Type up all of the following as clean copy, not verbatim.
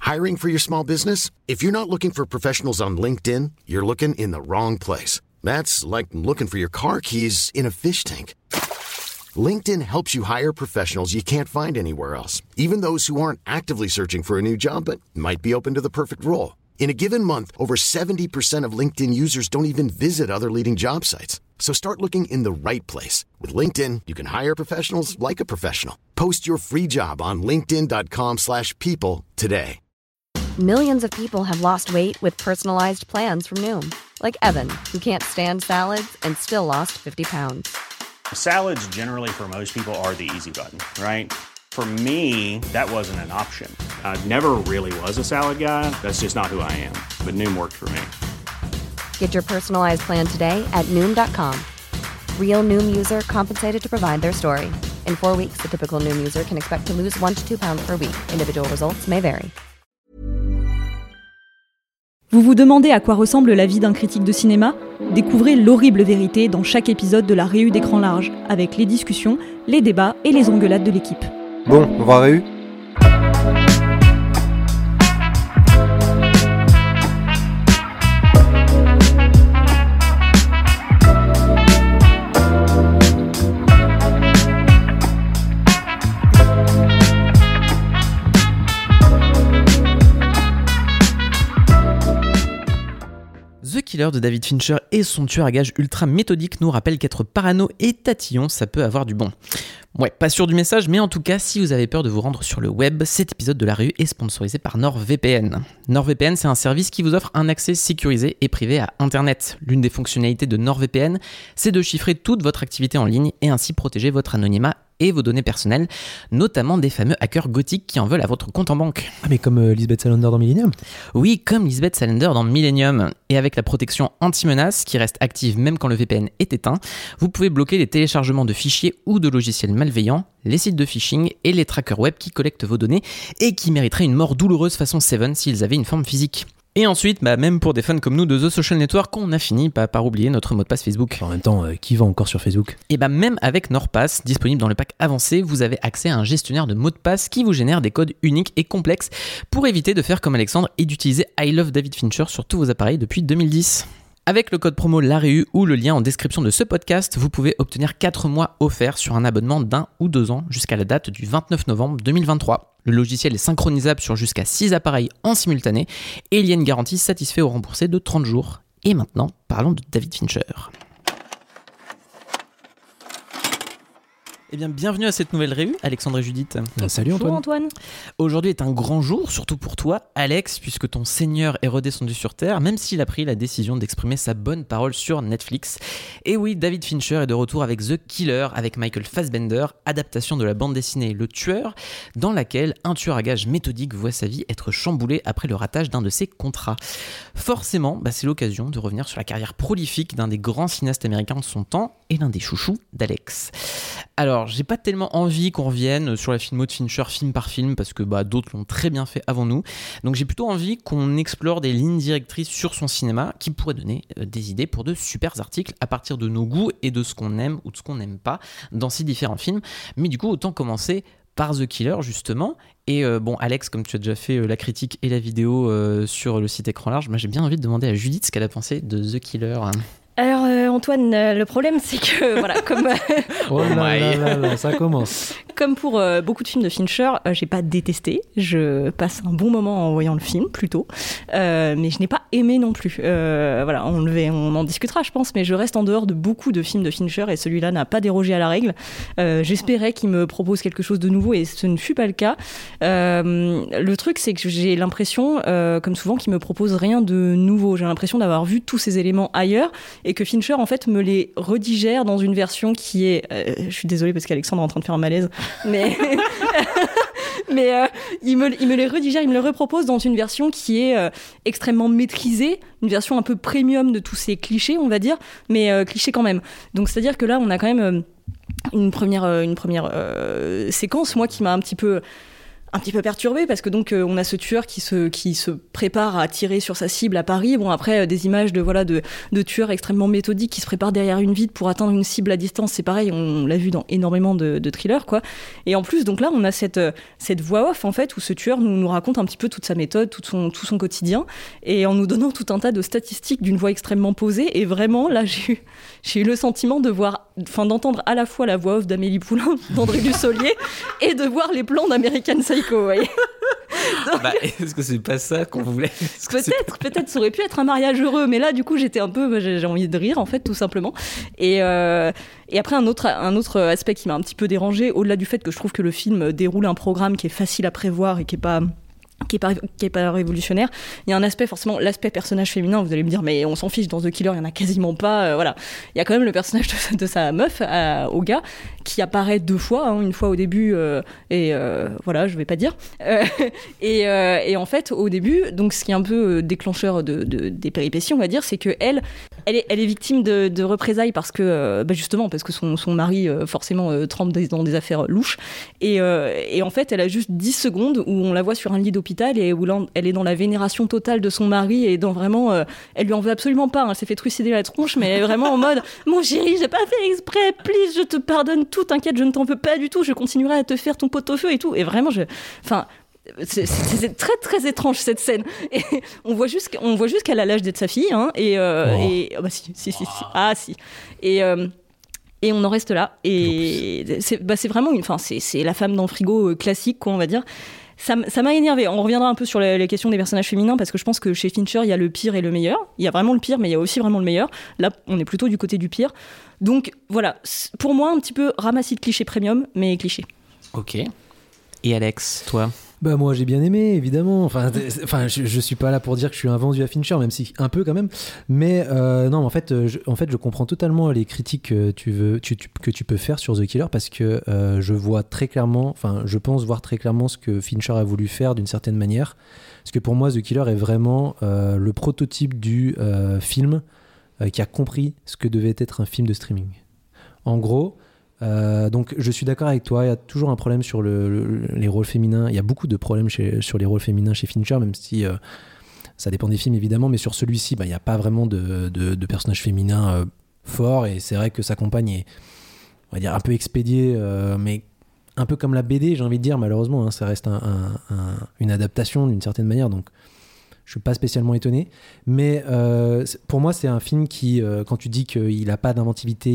Hiring for your small business? If you're not looking for professionals on LinkedIn, you're looking in the wrong place. That's like looking for your car keys in a fish tank. LinkedIn helps you hire professionals you can't find anywhere else, even those who aren't actively searching for a new job but might be open to the perfect role. In a given month, over 70% of LinkedIn users don't even visit other leading job sites. So start looking in the right place. With LinkedIn, you can hire professionals like a professional. Post your free job on linkedin.com/people today. Millions of people have lost weight with personalized plans from Noom. Like Evan, who can't stand salads and still lost 50 pounds. Salads generally for most people are the easy button, right? For me, that wasn't an option. I never really was a salad guy. That's just not who I am. But Noom worked for me. Get your personalized plan today at Noom.com. Real Noom user compensated to provide their story. In 4 weeks, the typical Noom user can expect to lose 1 to 2 pounds per week. Individual results may vary. Vous vous demandez à quoi ressemble la vie d'un critique de cinéma ? Découvrez l'horrible vérité dans chaque épisode de la Réu d'écran large, avec les discussions, les débats et les engueulades de l'équipe. Bon, on va Réu ? The Killer de David Fincher et son tueur à gages ultra méthodique nous rappellent qu'être parano et tatillon, ça peut avoir du bon. Ouais, pas sûr du message, mais en tout cas, si vous avez peur de vous rendre sur le web, cet épisode de La Rue est sponsorisé par NordVPN. NordVPN, c'est un service qui vous offre un accès sécurisé et privé à Internet. L'une des fonctionnalités de NordVPN, c'est de chiffrer toute votre activité en ligne et ainsi protéger votre anonymat et vos données personnelles, notamment des fameux hackers gothiques qui en veulent à votre compte en banque. Ah mais comme Lisbeth Salander dans Millennium ? Oui, comme Lisbeth Salander dans Millennium. Et avec la protection anti-menace, qui reste active même quand le VPN est éteint, vous pouvez bloquer les téléchargements de fichiers ou de logiciels malveillants, les sites de phishing et les trackers web qui collectent vos données et qui mériteraient une mort douloureuse façon Seven s'ils avaient une forme physique. Et ensuite, même pour des fans comme nous de The Social Network, on a fini par oublier notre mot de passe Facebook. En même temps, qui va encore sur Facebook ? Et même avec NordPass, disponible dans le pack avancé, vous avez accès à un gestionnaire de mots de passe qui vous génère des codes uniques et complexes pour éviter de faire comme Alexandre et d'utiliser I Love David Fincher sur tous vos appareils depuis 2010. Avec le code promo LAREU ou le lien en description de ce podcast, vous pouvez obtenir 4 mois offerts sur un abonnement d'1 ou 2 ans jusqu'à la date du 29 novembre 2023. Le logiciel est synchronisable sur jusqu'à 6 appareils en simultané et il y a une garantie satisfait ou remboursée de 30 jours. Et maintenant, parlons de David Fincher. Eh bien, bienvenue à cette nouvelle réu, Alexandre et Judith. Salut Antoine. Bonjour Antoine. Aujourd'hui est un grand jour, surtout pour toi, Alex, puisque ton seigneur est redescendu sur Terre, même s'il a pris la décision d'exprimer sa bonne parole sur Netflix. Et oui, David Fincher est de retour avec The Killer, avec Michael Fassbender, adaptation de la bande dessinée Le Tueur, dans laquelle un tueur à gages méthodique voit sa vie être chamboulée après le ratage d'un de ses contrats. Forcément, c'est l'occasion de revenir sur la carrière prolifique d'un des grands cinéastes américains de son temps et l'un des chouchous d'Alex. Alors, j'ai pas tellement envie qu'on revienne sur la filmo de Fincher film par film parce que d'autres l'ont très bien fait avant nous. Donc j'ai plutôt envie qu'on explore des lignes directrices sur son cinéma qui pourraient donner des idées pour de super articles à partir de nos goûts et de ce qu'on aime ou de ce qu'on n'aime pas dans ces différents films. Mais du coup, autant commencer par The Killer justement. Et Alex, comme tu as déjà fait la critique et la vidéo sur le site Écran Large, moi j'ai bien envie de demander à Judith ce qu'elle a pensé de The Killer. Alors Antoine, le problème c'est que voilà, comme Oh là, ça commence. Comme pour beaucoup de films de Fincher, j'ai pas détesté. Je passe un bon moment en voyant le film plutôt, mais je n'ai pas aimé non plus. Voilà, on en discutera, je pense, mais je reste en dehors de beaucoup de films de Fincher et celui-là n'a pas dérogé à la règle. J'espérais qu'il me propose quelque chose de nouveau et ce ne fut pas le cas. Le truc, c'est que j'ai l'impression, comme souvent, qu'il me propose rien de nouveau. J'ai l'impression d'avoir vu tous ces éléments ailleurs et que Fincher en fait me les redigère dans une version qui est je suis désolée parce qu'Alexandre est en train de faire un malaise mais il me les redigère, il me les repropose dans une version qui est extrêmement maîtrisée, une version un peu premium de tous ces clichés on va dire, mais clichés quand même. Donc c'est à dire que là on a quand même une première séquence moi qui m'a un petit peu un petit peu perturbée parce que donc on a ce tueur qui se prépare à tirer sur sa cible à Paris. Bon, après des images de tueurs extrêmement méthodiques qui se préparent derrière une vitre pour atteindre une cible à distance, c'est pareil, on l'a vu dans énormément de thrillers, quoi. Et en plus, donc là, on a cette voix off en fait où ce tueur nous raconte un petit peu toute sa méthode, tout son quotidien, et en nous donnant tout un tas de statistiques d'une voix extrêmement posée. Et vraiment, là, j'ai eu le sentiment d'entendre à la fois la voix off d'Amélie Poulain, d'André Dussolier, et de voir les plans d'American Psycho. Vous voyez. Donc, est-ce que c'est pas ça qu'on voulait? Peut-être, ça aurait pu être un mariage heureux, mais là, du coup, j'ai envie de rire, en fait, tout simplement. Et après, un autre aspect qui m'a un petit peu dérangé, au-delà du fait que je trouve que le film déroule un programme qui est facile à prévoir et qui est pas révolutionnaire, il y a un aspect, forcément, l'aspect personnage féminin. Vous allez me dire, mais on s'en fiche, dans The Killer, il y en a quasiment pas, voilà. Il y a quand même le personnage de sa meuf, au gars, qui apparaît 2 fois, une fois au début, voilà, je vais pas dire. Et en fait, au début, donc ce qui est un peu déclencheur des péripéties, on va dire, c'est que elle est victime de représailles parce que, justement, parce que son mari, forcément, trempe dans des affaires louches. Et en fait, elle a juste 10 secondes où on la voit sur un lit d'hôpital et où elle est dans la vénération totale de son mari et dans vraiment, elle lui en veut absolument pas. Elle s'est fait trucider la tronche, mais elle est vraiment en mode, mon chéri, j'ai pas fait exprès, please, je te pardonne tout, t'inquiète, je ne t'en veux pas du tout, je continuerai à te faire ton pot-au-feu et tout. Et vraiment, c'est très très étrange cette scène. Et on voit juste qu'elle a l'âge d'être sa fille, et on en reste là. Et c'est vraiment c'est la femme dans le frigo classique, quoi, on va dire. Ça m'a énervé. On reviendra un peu sur les questions des personnages féminins parce que je pense que chez Fincher, il y a le pire et le meilleur. Il y a vraiment le pire, mais il y a aussi vraiment le meilleur. Là, on est plutôt du côté du pire. Donc voilà, pour moi, un petit peu ramassis de clichés premium, mais clichés. Ok. Et Alex, toi? Bah moi j'ai bien aimé, évidemment. Enfin je suis pas là pour dire que je suis un vendu à Fincher, même si un peu quand même. Mais non, en fait je comprends totalement les critiques que tu peux faire sur The Killer parce que je pense voir très clairement ce que Fincher a voulu faire d'une certaine manière. Parce que pour moi The Killer est vraiment le prototype du film qui a compris ce que devait être un film de streaming. En gros. Donc je suis d'accord avec toi, il y a toujours un problème sur les rôles féminins. Il y a beaucoup de problèmes sur les rôles féminins chez Fincher, même si ça dépend des films évidemment, mais sur celui-ci il n'y a pas vraiment de personnages féminins forts, et c'est vrai que sa compagne est, on va dire, un peu expédiée, mais un peu comme la BD, j'ai envie de dire. Malheureusement, ça reste une adaptation d'une certaine manière, donc je suis pas spécialement étonné. Mais pour moi c'est un film qui, quand tu dis qu'il n'a pas d'inventivité,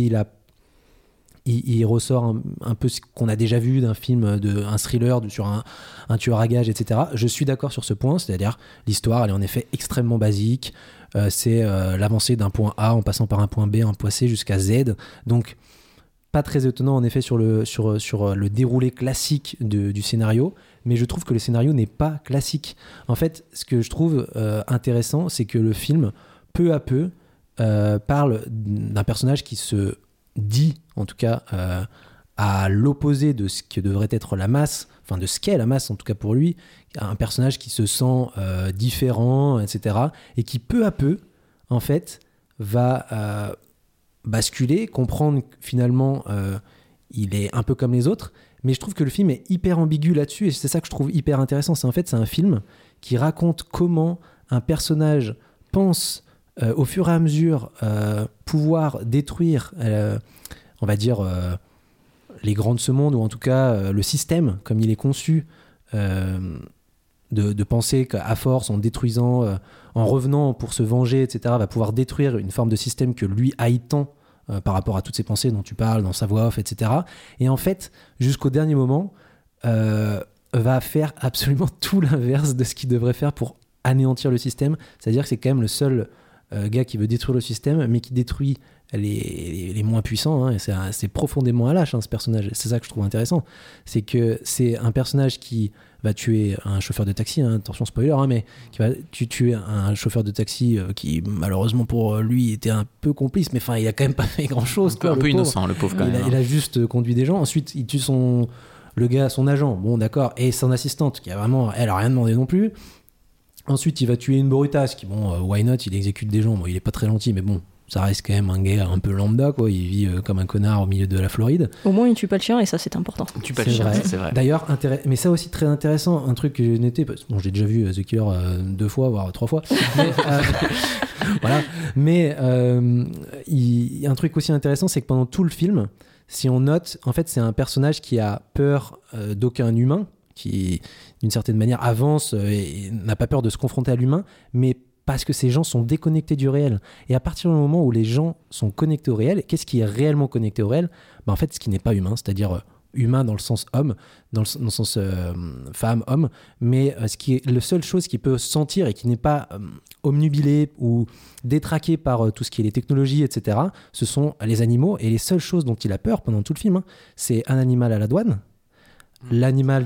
il ressort un peu ce qu'on a déjà vu d'un film, un thriller sur un tueur à gages, etc. Je suis d'accord sur ce point, c'est-à-dire l'histoire, elle est en effet extrêmement basique. C'est l'avancée d'un point A en passant par un point B, un point C jusqu'à Z. Donc, pas très étonnant en effet sur le déroulé classique du scénario, mais je trouve que le scénario n'est pas classique. En fait, ce que je trouve intéressant, c'est que le film, peu à peu, parle d'un personnage qui se dit, en tout cas, à l'opposé de ce que devrait être la masse, enfin de ce qu'est la masse en tout cas pour lui, un personnage qui se sent différent, etc., et qui peu à peu, en fait, va basculer, comprendre que finalement il est un peu comme les autres. Mais je trouve que le film est hyper ambigu là-dessus, et c'est ça que je trouve hyper intéressant. C'est un film qui raconte comment un personnage pense au fur et à mesure pouvoir détruire, on va dire, les grands de ce monde, ou en tout cas le système comme il est conçu, de penser qu'à force, en détruisant, en revenant pour se venger, etc., va pouvoir détruire une forme de système que lui haït tant par rapport à toutes ces pensées dont tu parles, dans sa voix off, etc. Et en fait, jusqu'au dernier moment, va faire absolument tout l'inverse de ce qu'il devrait faire pour anéantir le système. C'est-à-dire que c'est quand même le seul gars qui veut détruire le système, mais qui détruit les moins puissants, et c'est profondément un lâche, ce personnage. C'est ça que je trouve intéressant, c'est que c'est un personnage qui va tuer un chauffeur de taxi, attention spoiler, mais qui va tuer un chauffeur de taxi qui malheureusement pour lui était un peu complice, mais enfin il a quand même pas fait grand chose, un peu innocent le pauvre quand même. Il a juste conduit des gens. Ensuite il tue son agent, bon d'accord, et son assistante qui a vraiment, elle a rien demandé non plus. Ensuite, il va tuer une brutasse qui, why not, il exécute des gens. Bon, il est pas très gentil, mais bon, ça reste quand même un gars un peu lambda, quoi. Il vit comme un connard au milieu de la Floride. Au moins, il tue pas le chien et ça, c'est important. Il tue pas le chien, c'est vrai. D'ailleurs, mais ça aussi très intéressant, un truc que j'ai noté, bon, j'ai déjà vu The Killer 2 fois, voire 3 fois. Mais, voilà. Mais un truc aussi intéressant, c'est que pendant tout le film, si on note, en fait, c'est un personnage qui a peur d'aucun humain, qui, d'une certaine manière, avance et n'a pas peur de se confronter à l'humain, mais parce que ces gens sont déconnectés du réel. Et à partir du moment où les gens sont connectés au réel, qu'est-ce qui est réellement connecté au réel ? En fait, ce qui n'est pas humain, c'est-à-dire humain dans le sens homme, dans le sens femme, homme, mais ce qui est la seule chose qui peut sentir et qui n'est pas omnubilé ou détraqué par tout ce qui est les technologies, etc., ce sont les animaux. Et les seules choses dont il a peur pendant tout le film, c'est un animal à la douane, l'animal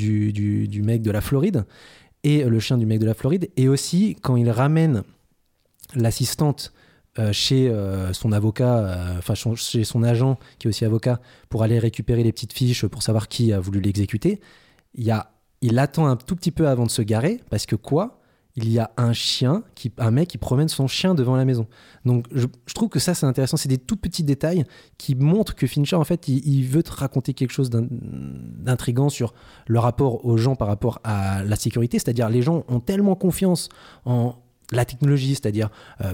du mec de la Floride, et le chien du mec de la Floride, et aussi quand il ramène l'assistante chez son avocat, chez son agent qui est aussi avocat, pour aller récupérer les petites fiches pour savoir qui a voulu l'exécuter, il attend un tout petit peu avant de se garer, parce que il y a un mec qui promène son chien devant la maison. Donc je trouve que ça c'est intéressant, c'est des tout petits détails qui montrent que Fincher en fait il veut te raconter quelque chose d'intriguant sur le rapport aux gens par rapport à la sécurité, c'est-à-dire les gens ont tellement confiance en la technologie, c'est-à-dire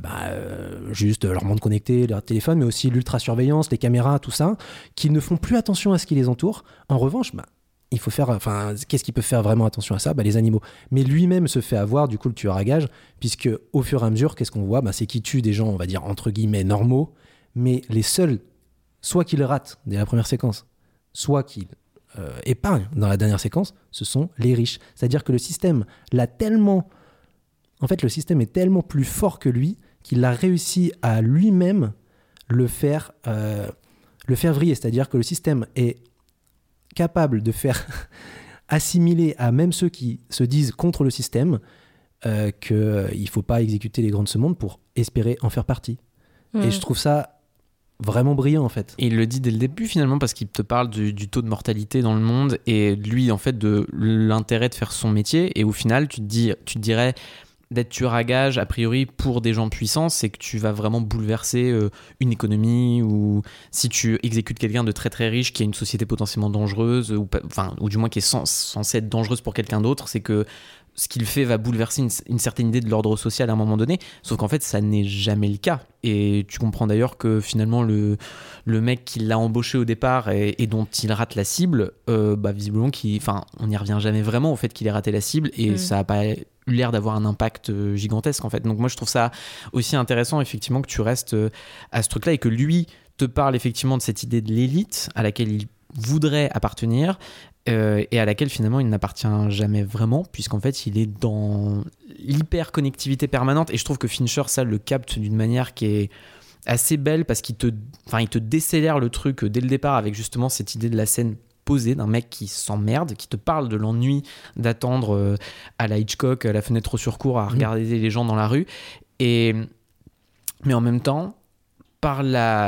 juste leur montre connectée, leur téléphone, mais aussi l'ultra-surveillance, les caméras, tout ça, qu'ils ne font plus attention à ce qui les entoure. En revanche, il faut faire, qu'est-ce qui peut faire vraiment attention à ça ? Les animaux. Mais lui-même se fait avoir, du coup, le tueur à gages, puisque au fur et à mesure, qu'est-ce qu'on voit ? C'est qu'il tue des gens, on va dire, entre guillemets, normaux, mais les seuls, soit qu'il rate dès la première séquence, soit qu'il épargne dans la dernière séquence, ce sont les riches. C'est-à-dire que le système l'a tellement... En fait, le système est tellement plus fort que lui qu'il a réussi à lui-même le faire vriller. C'est-à-dire que le système est capable de faire assimiler à même ceux qui se disent contre le système qu'il ne faut pas exécuter les grands de ce monde pour espérer en faire partie. Et je trouve ça vraiment brillant en fait. Et il le dit dès le début finalement parce qu'il te parle du taux de mortalité dans le monde et lui en fait de l'intérêt de faire son métier, et au final tu te dirais d'être tueur à gages a priori pour des gens puissants, c'est que tu vas vraiment bouleverser une économie, ou si tu exécutes quelqu'un de très très riche qui a une société potentiellement dangereuse ou du moins qui est censée être dangereuse pour quelqu'un d'autre, c'est que ce qu'il fait va bouleverser une certaine idée de l'ordre social à un moment donné, sauf qu'en fait ça n'est jamais le cas. Et tu comprends d'ailleurs que finalement le mec qui l'a embauché au départ et dont il rate la cible, visiblement on n'y revient jamais vraiment au fait qu'il ait raté la cible, et ça n'a pas eu l'air d'avoir un impact gigantesque en fait. Donc moi je trouve ça aussi intéressant effectivement que tu restes à ce truc là et que lui te parle effectivement de cette idée de l'élite à laquelle il voudrait appartenir, et à laquelle finalement il n'appartient jamais vraiment, puisqu'en fait il est dans l'hyper-connectivité permanente. Et je trouve que Fincher ça le capte d'une manière qui est assez belle, parce qu'il te décélère le truc dès le départ avec justement cette idée de la scène posée d'un mec qui s'emmerde, qui te parle de l'ennui d'attendre à la Hitchcock, à la fenêtre au secours, à regarder les gens dans la rue, mais en même temps par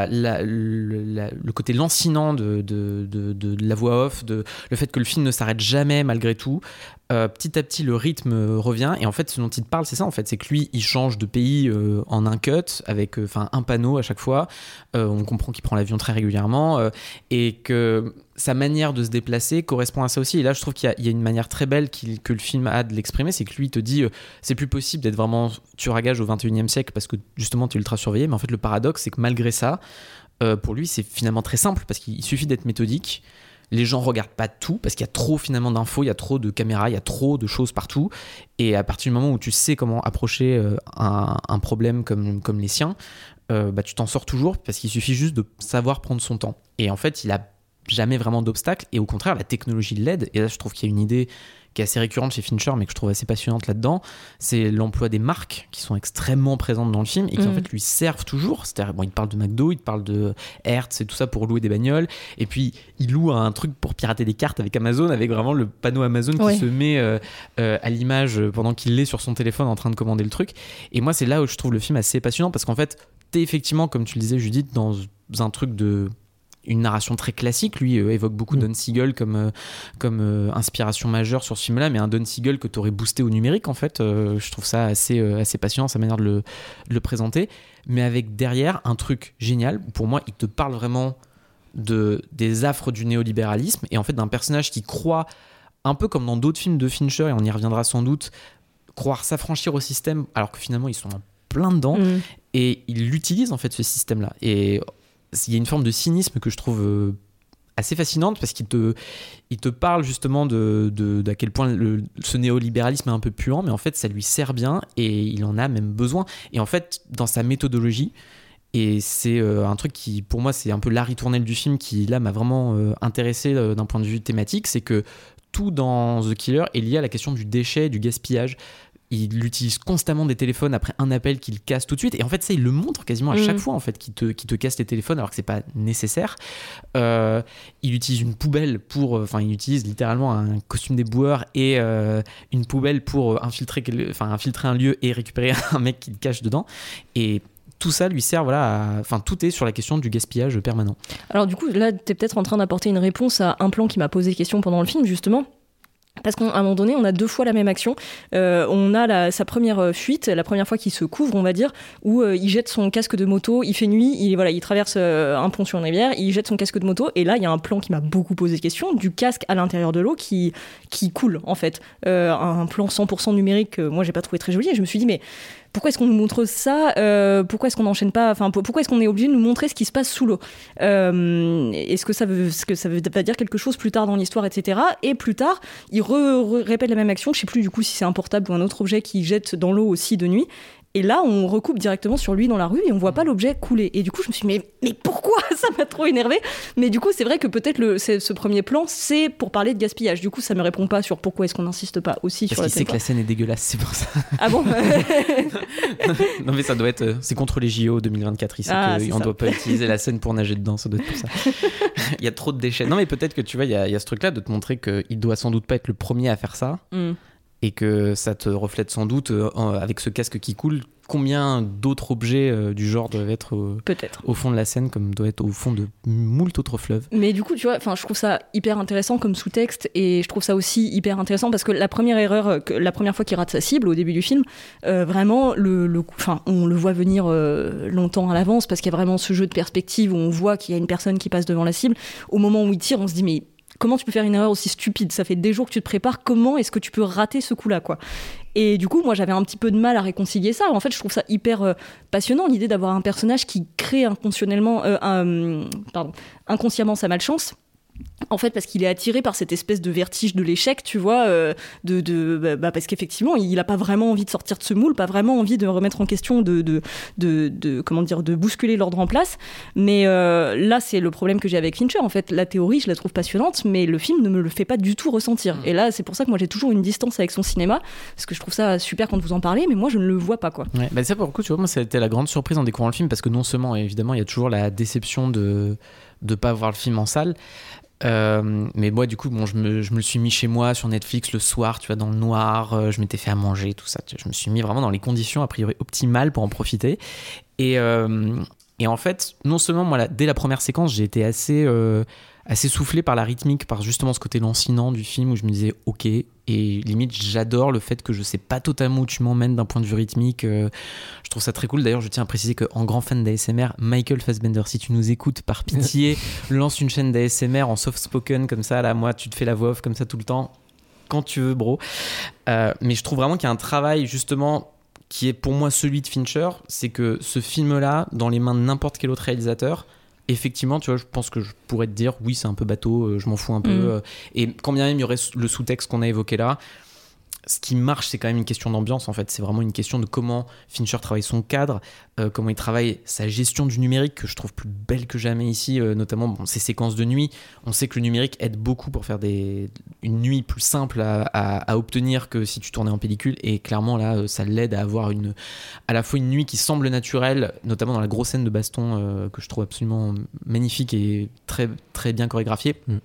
le côté lancinant de la voix off, le fait que le film ne s'arrête jamais malgré tout, petit à petit le rythme revient. Et en fait ce dont il te parle c'est ça en fait, c'est que lui il change de pays en un cut avec un panneau à chaque fois, on comprend qu'il prend l'avion très régulièrement, et que sa manière de se déplacer correspond à ça aussi. Et là je trouve qu'il y a une manière très belle que le film a de l'exprimer, c'est que lui il te dit c'est plus possible d'être vraiment tueur à gages au 21e siècle parce que justement tu es ultra surveillé, mais en fait le paradoxe c'est que malgré ça pour lui c'est finalement très simple, parce qu'il suffit d'être méthodique. Les gens regardent pas tout parce qu'il y a trop finalement d'infos, il y a trop de caméras, il y a trop de choses partout, et à partir du moment où tu sais comment approcher un problème comme les siens, tu t'en sors toujours, parce qu'il suffit juste de savoir prendre son temps. Et en fait il a jamais vraiment d'obstacles, et au contraire la technologie l'aide. Et là je trouve qu'il y a une idée qui est assez récurrente chez Fincher mais que je trouve assez passionnante là-dedans, c'est l'emploi des marques qui sont extrêmement présentes dans le film et qui en fait lui servent toujours. C'est-à-dire il parle de McDo, il parle de Hertz et tout ça pour louer des bagnoles, et puis il loue un truc pour pirater des cartes avec Amazon, avec vraiment le panneau Amazon qui se met à l'image pendant qu'il est sur son téléphone en train de commander le truc. Et moi c'est là où je trouve le film assez passionnant, parce qu'en fait t'es effectivement, comme tu le disais Judith, dans un truc de une narration très classique. Lui évoque beaucoup Don Siegel comme inspiration majeure sur ce film-là, mais un Don Siegel que tu aurais boosté au numérique, en fait. Je trouve ça assez passionnant, sa manière de le présenter. Mais avec derrière un truc génial. Pour moi, il te parle vraiment des affres du néolibéralisme et en fait d'un personnage qui croit, un peu comme dans d'autres films de Fincher, et on y reviendra sans doute, croire s'affranchir au système alors que finalement ils sont en plein dedans et il utilise en fait ce système-là. Et il y a une forme de cynisme que je trouve assez fascinante parce qu'il te parle justement d'à quel point ce néolibéralisme est un peu puant, mais en fait ça lui sert bien et il en a même besoin. Et en fait, dans sa méthodologie, et c'est un truc qui, pour moi, c'est un peu la ritournelle du film qui, là, m'a vraiment intéressé d'un point de vue thématique, c'est que tout dans The Killer est lié à la question du déchet, du gaspillage. Il utilise constamment des téléphones après un appel qu'il casse tout de suite. Et en fait, ça, il le montre quasiment à chaque fois, en fait, qu'il te casse les téléphones alors que c'est pas nécessaire. Il utilise une poubelle il utilise littéralement un costume d'éboueur et une poubelle pour infiltrer un lieu et récupérer un mec qui le cache dedans. Et tout ça lui sert, tout est sur la question du gaspillage permanent. Alors du coup, là, t'es peut-être en train d'apporter une réponse à un plan qui m'a posé question pendant le film, justement. Parce qu'à un moment donné, on a 2 fois la même action. On a sa première fuite, la première fois qu'il se couvre, on va dire, où il jette son casque de moto, il fait nuit, il traverse un pont sur une rivière, il jette son casque de moto, et là, il y a un plan qui m'a beaucoup posé question, du casque à l'intérieur de l'eau qui coule, en fait. Un plan 100% numérique que moi, j'ai pas trouvé très joli, et je me suis dit, mais pourquoi est-ce qu'on nous montre ça ? Pourquoi est-ce qu'on n'enchaîne pas ? Pourquoi est-ce qu'on est obligé de nous montrer ce qui se passe sous l'eau ? Est-ce que ça veut pas dire quelque chose plus tard dans l'histoire, etc. Et plus tard, il répète la même action. Je sais plus du coup si c'est un portable ou un autre objet qui jette dans l'eau aussi de nuit. Et là, on recoupe directement sur lui dans la rue et on voit pas l'objet couler. Et du coup, je me suis dit, mais pourquoi ? Ça m'a trop énervée. Mais du coup, c'est vrai que peut-être ce premier plan, c'est pour parler de gaspillage. Du coup, ça me répond pas sur pourquoi est-ce qu'on n'insiste pas aussi sur la scène. Parce qu'il sait que la scène est dégueulasse, c'est pour ça. Ah bon ? Non, mais ça doit être... C'est contre les JO 2024. Il sait qu'on ne doit pas utiliser la scène pour nager dedans. Ça doit être pour ça. Il y a trop de déchets. Non, mais peut-être que tu vois, il y a ce truc-là de te montrer qu'il doit sans doute pas être le premier à faire ça. Et que ça te reflète sans doute, avec ce casque qui coule, combien d'autres objets du genre doivent être au fond de la Seine, comme doivent être au fond de moult autres fleuves. Mais du coup, tu vois, je trouve ça hyper intéressant comme sous-texte, et je trouve ça aussi hyper intéressant parce que la première erreur, la première fois qu'il rate sa cible au début du film, vraiment, on le voit venir longtemps à l'avance parce qu'il y a vraiment ce jeu de perspective où on voit qu'il y a une personne qui passe devant la cible. Au moment où il tire, on se dit mais comment tu peux faire une erreur aussi stupide ? Ça fait des jours que tu te prépares. Comment est-ce que tu peux rater ce coup-là, quoi ? Et du coup, moi, j'avais un petit peu de mal à réconcilier ça. En fait, je trouve ça hyper passionnant, l'idée d'avoir un personnage qui crée inconsciemment sa malchance. En fait, parce qu'il est attiré par cette espèce de vertige de l'échec, tu vois, parce qu'effectivement, il n'a pas vraiment envie de sortir de ce moule, pas vraiment envie de remettre en question, de bousculer l'ordre en place. Mais là, c'est le problème que j'ai avec Fincher. En fait, la théorie, je la trouve passionnante, mais le film ne me le fait pas du tout ressentir. Et là, c'est pour ça que moi, j'ai toujours une distance avec son cinéma, parce que je trouve ça super quand vous en parlez, mais moi, je ne le vois pas, quoi. Ouais, ça, pour le coup, tu vois, moi, ça a été la grande surprise en découvrant le film, parce que non seulement, évidemment, il y a toujours la déception de ne pas voir le film en salle. Mais moi, du coup, je me le suis mis chez moi sur Netflix le soir, tu vois, dans le noir. Je m'étais fait à manger, tout ça. Je me suis mis vraiment dans les conditions a priori optimales pour en profiter. Et en fait, non seulement moi, dès la première séquence, j'ai été assez soufflé par la rythmique, par justement ce côté lancinant du film où je me disais ok. Et limite, j'adore le fait que je sais pas totalement où tu m'emmènes d'un point de vue rythmique. Je trouve ça très cool. D'ailleurs, je tiens à préciser qu'en grand fan d'ASMR, Michael Fassbender, si tu nous écoutes, par pitié, lance une chaîne d'ASMR en soft-spoken, comme ça. Là, moi, tu te fais la voix off comme ça tout le temps, quand tu veux, bro. Mais je trouve vraiment qu'il y a un travail, justement, qui est pour moi celui de Fincher. C'est que ce film-là, dans les mains de n'importe quel autre réalisateur, effectivement, tu vois, je pense que je pourrais te dire oui, c'est un peu bateau, je m'en fous un peu. Et quand bien même il y aurait le sous-texte qu'on a évoqué là, ce qui marche, c'est quand même une question d'ambiance, en fait. C'est vraiment une question de comment Fincher travaille son cadre, comment il travaille sa gestion du numérique, que je trouve plus belle que jamais ici, notamment ses séquences de nuit. On sait que le numérique aide beaucoup pour faire une nuit plus simple à obtenir que si tu tournais en pellicule, et clairement là, ça l'aide à avoir à la fois une nuit qui semble naturelle, notamment dans la grosse scène de baston que je trouve absolument magnifique et très, très bien chorégraphiée.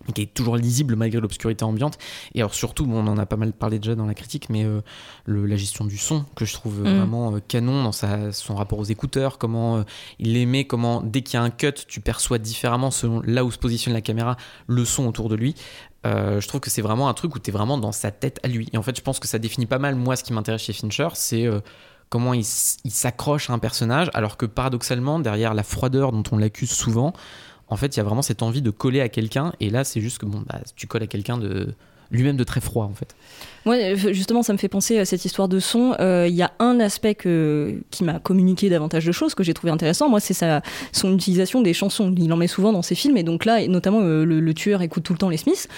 qui est toujours lisible malgré l'obscurité ambiante. Et alors surtout, on en a pas mal parlé déjà dans la critique, mais la gestion du son, que je trouve vraiment canon dans son rapport aux écouteurs, comment il les met, comment dès qu'il y a un cut, tu perçois différemment selon là où se positionne la caméra, le son autour de lui. Je trouve que c'est vraiment un truc où tu es vraiment dans sa tête à lui. Et en fait, je pense que ça définit pas mal, moi, ce qui m'intéresse chez Fincher, c'est comment il s'accroche à un personnage, alors que paradoxalement, derrière la froideur dont on l'accuse souvent, en fait, il y a vraiment cette envie de coller à quelqu'un, et là, c'est juste que tu colles à quelqu'un de lui-même de très froid, en fait. Moi, justement, ça me fait penser à cette histoire de son. Il y a un aspect qui m'a communiqué davantage de choses, que j'ai trouvé intéressant. Moi, c'est son utilisation des chansons. Il en met souvent dans ses films, et donc là, notamment, le tueur écoute tout le temps les Smiths,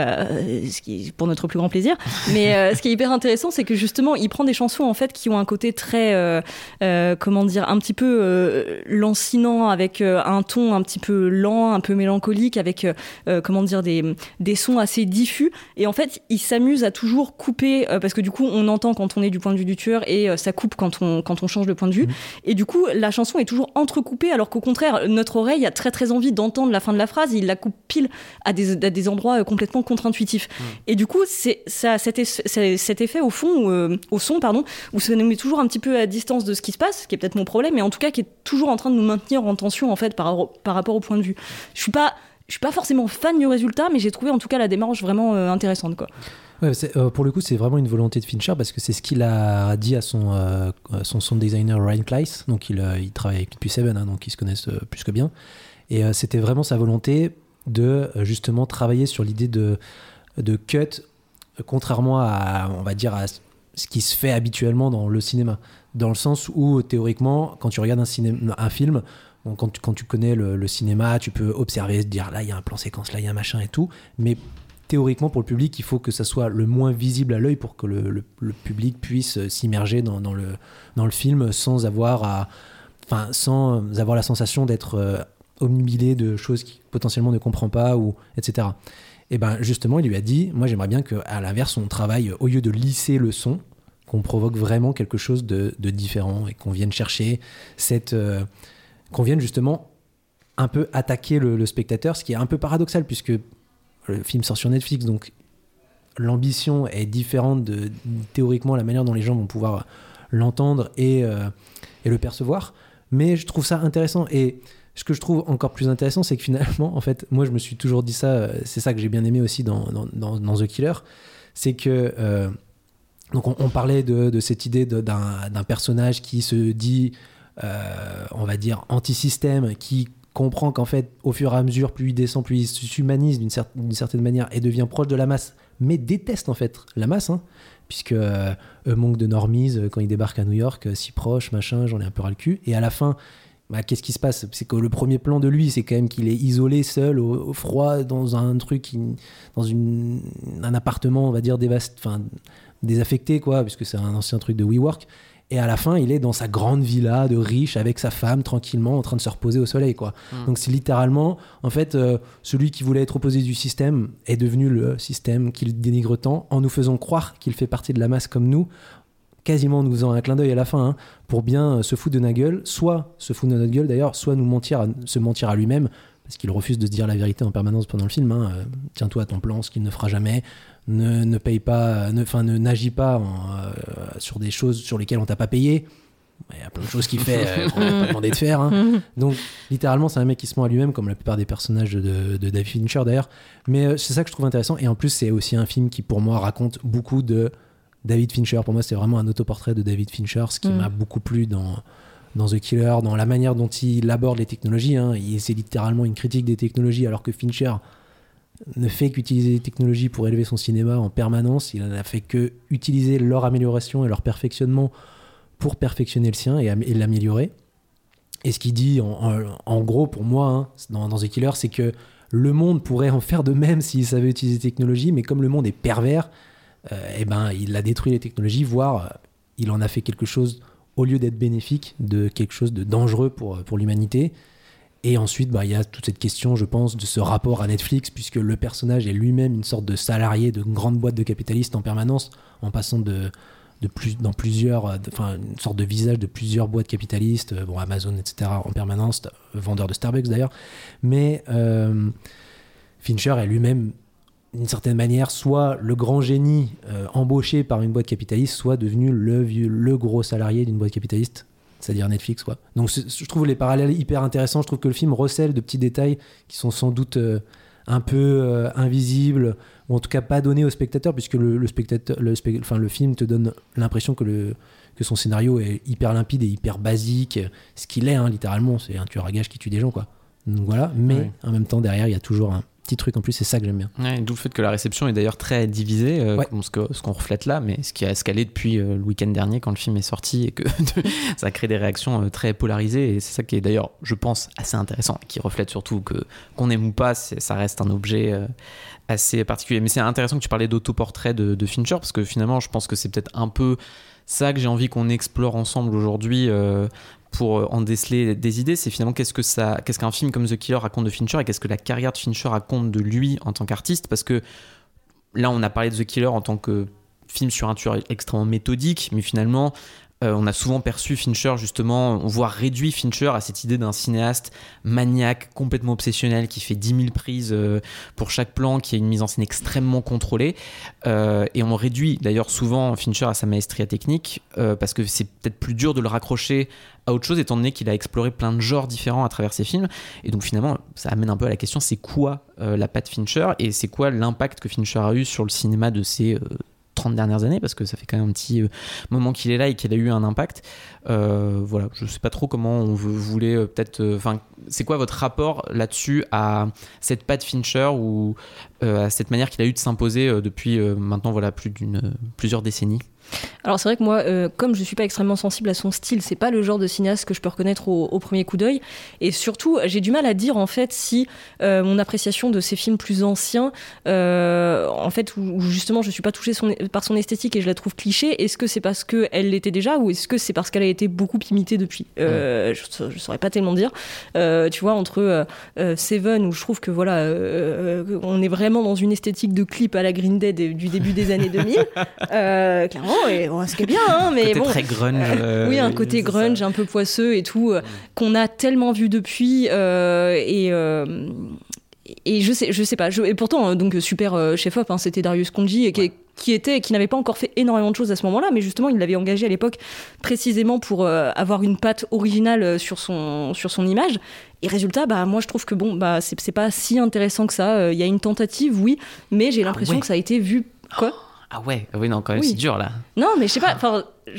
ce qui est pour notre plus grand plaisir. Mais ce qui est hyper intéressant, c'est que justement, il prend des chansons en fait qui ont un côté très, comment dire, un petit peu lancinant, avec un ton un petit peu lent, un peu mélancolique, avec comment dire, des sons assez diffus. Et en fait, il s'amuse à toujours couper, parce que du coup, on entend quand on est du point de vue du tueur, et ça coupe quand on change de point de vue. Et du coup, la chanson est toujours entrecoupée, alors qu'au contraire, notre oreille a très très envie d'entendre la fin de la phrase. Il la coupe pile à des endroits complètement contre-intuitifs. Et du coup, c'est cet effet au fond, au son, pardon, où ça nous met toujours un petit peu à distance de ce qui se passe, ce qui est peut-être mon problème, mais en tout cas qui est toujours en train de nous maintenir en tension en fait par rapport au point de vue. Je suis pas forcément fan du résultat, mais j'ai trouvé en tout cas la démarche vraiment intéressante, quoi. Ouais, pour le coup, c'est vraiment une volonté de Fincher, parce que c'est ce qu'il a dit à son sound designer Ryan Kleiss. Donc il travaille avec lui depuis Seven, hein, donc ils se connaissent plus que bien. Et c'était vraiment sa volonté de justement travailler sur l'idée de cut, contrairement à, on va dire, à ce qui se fait habituellement dans le cinéma. Dans le sens où, théoriquement, quand tu regardes un film, quand tu connais le cinéma, tu peux observer, se dire là il y a un plan séquence, là il y a un machin et tout, mais théoriquement pour le public il faut que ça soit le moins visible à l'œil pour que le public puisse s'immerger dans le film sans avoir la sensation d'être obnubilé de choses qu'il potentiellement ne comprend pas, etc. Et ben justement il lui a dit, moi j'aimerais bien qu'à l'inverse on travaille, au lieu de lisser le son, qu'on provoque vraiment quelque chose de différent, et qu'on vienne chercher qu'on vienne justement un peu attaquer le spectateur, ce qui est un peu paradoxal puisque le film sort sur Netflix, donc l'ambition est différente de théoriquement la manière dont les gens vont pouvoir l'entendre et le percevoir. Mais je trouve ça intéressant, et ce que je trouve encore plus intéressant, c'est que finalement, en fait, moi je me suis toujours dit ça, c'est ça que j'ai bien aimé aussi dans The Killer, c'est que donc on parlait de cette idée d'un personnage qui se dit on va dire anti-système, qui comprend qu'en fait au fur et à mesure, plus il descend, plus il s'humanise d'une certaine manière et devient proche de la masse, mais déteste en fait la masse, hein, puisque manque de normies quand il débarque à New York, si proche, machin, j'en ai un peu ras le cul. Et à la fin, qu'est-ce qui se passe ? C'est que le premier plan de lui, c'est quand même qu'il est isolé, seul, au froid, dans un truc, un appartement, on va dire, désaffecté, quoi, puisque c'est un ancien truc de WeWork. Et à la fin, il est dans sa grande villa de riche avec sa femme, tranquillement, en train de se reposer au soleil, quoi. Donc c'est littéralement, en fait, celui qui voulait être opposé du système est devenu le système qu'il dénigre tant, en nous faisant croire qu'il fait partie de la masse comme nous, quasiment en nous faisant un clin d'œil à la fin, hein, pour bien se foutre de notre gueule, soit se foutre de notre gueule d'ailleurs, soit se mentir à lui-même, parce qu'il refuse de se dire la vérité en permanence pendant le film, hein. Tiens-toi à ton plan, ce qu'il ne fera jamais, ne paye pas, n'agis pas sur des choses sur lesquelles on t'a pas payé. Il y a plein de choses qu'il fait qu'on n'a pas demandé de faire, hein. Donc littéralement c'est un mec qui se ment à lui-même, comme la plupart des personnages de David Fincher d'ailleurs. Mais c'est ça que je trouve intéressant, et en plus c'est aussi un film qui pour moi raconte beaucoup de David Fincher. Pour moi c'est vraiment un autoportrait de David Fincher, ce qui m'a beaucoup plu dans The Killer, dans la manière dont il aborde les technologies, hein. C'est littéralement une critique des technologies, alors que Fincher ne fait qu'utiliser les technologies pour élever son cinéma en permanence. Il n'a fait que utiliser leur amélioration et leur perfectionnement pour perfectionner le sien et l'améliorer. Et ce qu'il dit en gros pour moi, hein, dans The Killer, c'est que le monde pourrait en faire de même s'il savait utiliser les technologies, mais comme le monde est pervers, il a détruit les technologies, voire il en a fait quelque chose, au lieu d'être bénéfique, de quelque chose de dangereux pour l'humanité. Et ensuite, il y a toute cette question, je pense, de ce rapport à Netflix, puisque le personnage est lui-même une sorte de salarié de grande boîte de capitalistes en permanence, en passant dans plusieurs, une sorte de visage de plusieurs boîtes capitalistes, Amazon, etc., en permanence, vendeur de Starbucks d'ailleurs. Mais Fincher est lui-même, d'une certaine manière, soit le grand génie embauché par une boîte capitaliste, soit devenu le gros salarié d'une boîte capitaliste, c'est-à-dire Netflix, quoi. Donc je trouve les parallèles hyper intéressants. Je trouve que le film recèle de petits détails qui sont sans doute un peu invisibles, ou en tout cas pas donnés au spectateur, puisque le film te donne l'impression que son scénario est hyper limpide et hyper basique, ce qu'il est, hein, littéralement, c'est un tueur à gages qui tue des gens, quoi. Donc voilà, mais en même temps derrière il y a toujours un petit truc en plus, c'est ça que j'aime bien. Ouais, d'où le fait que la réception est d'ailleurs très divisée, comme ce qu'on reflète là, mais ce qui a escalé depuis le week-end dernier quand le film est sorti et que ça a créé des réactions très polarisées, et c'est ça qui est d'ailleurs, je pense, assez intéressant, qui reflète surtout qu'on aime ou pas, ça reste un objet assez particulier. Mais c'est intéressant que tu parlais d'autoportrait de Fincher, parce que finalement je pense que c'est peut-être un peu ça que j'ai envie qu'on explore ensemble aujourd'hui, pour en déceler des idées. C'est finalement qu'est-ce qu'un film comme The Killer raconte de Fincher, et qu'est-ce que la carrière de Fincher raconte de lui en tant qu'artiste, parce que là on a parlé de The Killer en tant que film sur un tueur extrêmement méthodique, mais finalement on a souvent perçu Fincher, justement, on voit réduit Fincher à cette idée d'un cinéaste maniaque, complètement obsessionnel, qui fait 10 000 prises pour chaque plan, qui a une mise en scène extrêmement contrôlée, et on réduit d'ailleurs souvent Fincher à sa maestria technique, parce que c'est peut-être plus dur de le raccrocher à autre chose, étant donné qu'il a exploré plein de genres différents à travers ses films. Et donc finalement ça amène un peu à la question, c'est quoi la patte Fincher, et c'est quoi l'impact que Fincher a eu sur le cinéma de ces 30 dernières années, parce que ça fait quand même un petit moment qu'il est là et qu'il a eu un impact. Voilà, je sais pas trop comment on voulait peut-être... c'est quoi votre rapport là-dessus à cette patte Fincher, ou à cette manière qu'il a eu de s'imposer depuis maintenant plusieurs décennies? Alors c'est vrai que moi, comme je suis pas extrêmement sensible à son style, c'est pas le genre de cinéaste que je peux reconnaître au premier coup d'œil, et surtout j'ai du mal à dire en fait si mon appréciation de ses films plus anciens, en fait où justement je suis pas touchée par son esthétique et je la trouve cliché, est-ce que c'est parce qu'elle l'était déjà, ou est-ce que c'est parce qu'elle a été beaucoup imitée depuis? Je saurais pas tellement dire. Tu vois, entre Seven, où je trouve que voilà, on est vraiment dans une esthétique de clip à la Green Day du début des années 2000, clairement. Et bon, ce qui est bien, hein, mais côté bon, très grunge, oui, un côté grunge un peu poisseux et tout, qu'on a tellement vu depuis, et je sais pas, et pourtant donc super chef-op, hein, c'était Darius Khondji, et qui n'avait pas encore fait énormément de choses à ce moment-là, mais justement il l'avait engagé à l'époque précisément pour avoir une patte originale sur son image. Et résultat, moi je trouve que c'est pas si intéressant que ça. Il y a une tentative, oui, mais j'ai l'impression que ça a été vu quoi. Ah ouais, oui, non, quand même, oui. c'est dur là. Non, mais je sais pas,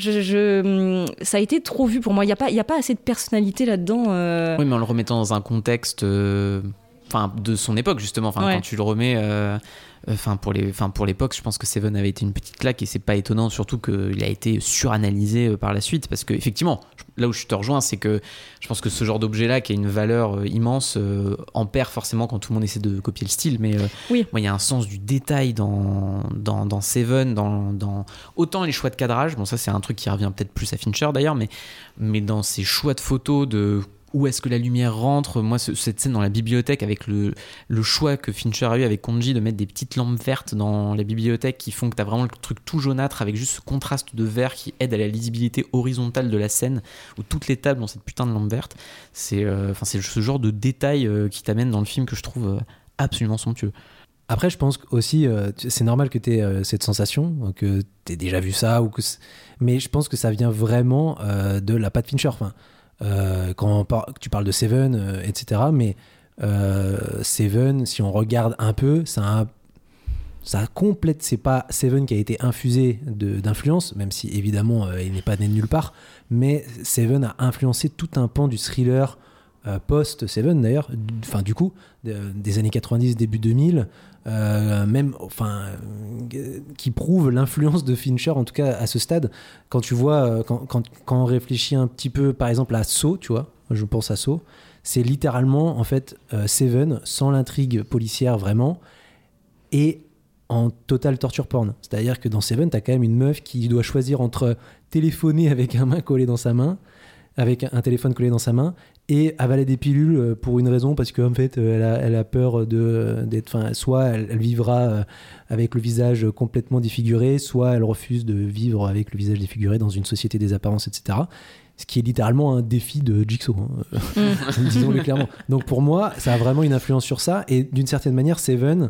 ça a été trop vu pour moi. Il y a pas assez de personnalité là-dedans. Oui, mais en le remettant dans un contexte, de son époque justement. Quand tu le remets, pour l'époque, je pense que Seven avait été une petite claque, et c'est pas étonnant, surtout qu'il a été suranalysé par la suite, parce que effectivement, là où je te rejoins, c'est que je pense que ce genre d'objet-là, qui a une valeur immense, en perd forcément quand tout le monde essaie de copier le style. Mais moi, il y a un sens du détail dans Seven, dans autant les choix de cadrage. Bon, ça c'est un truc qui revient peut-être plus à Fincher d'ailleurs, mais dans ses choix de photos, de où est-ce que la lumière rentre. Moi, cette scène dans la bibliothèque, avec le choix que Fincher a eu avec Khondji de mettre des petites lampes vertes dans la bibliothèque, qui font que t'as vraiment le truc tout jaunâtre, avec juste ce contraste de vert qui aide à la lisibilité horizontale de la scène, où toutes les tables ont cette putain de lampe verte. C'est ce genre de détail qui t'amène dans le film que je trouve absolument somptueux. Après, je pense aussi, c'est normal que tu aies cette sensation, que tu aies déjà vu ça, mais je pense que ça vient vraiment de la patte Fincher. Quand tu parles de Seven, etc., mais Seven, si on regarde un peu, ça complète. C'est pas Seven qui a été infusé d'influence, même si évidemment il n'est pas né de nulle part, mais Seven a influencé tout un pan du thriller post-Seven d'ailleurs, du coup, des années 90, début 2000, qui prouve l'influence de Fincher, en tout cas à ce stade. Quand tu vois, quand on réfléchit un petit peu, par exemple à Saw, tu vois, je pense à Saw, c'est littéralement en fait Seven sans l'intrigue policière vraiment, et en total torture porn. C'est-à-dire que dans Seven, t'as quand même une meuf qui doit choisir entre téléphoner avec un téléphone collé dans sa main, et avaler des pilules pour une raison, parce qu'en fait elle a peur d'être, soit elle vivra avec le visage complètement défiguré, soit elle refuse de vivre avec le visage défiguré dans une société des apparences, etc. Ce qui est littéralement un défi de Jigsaw, disons-le clairement. Donc pour moi, ça a vraiment une influence sur ça, et d'une certaine manière, Seven,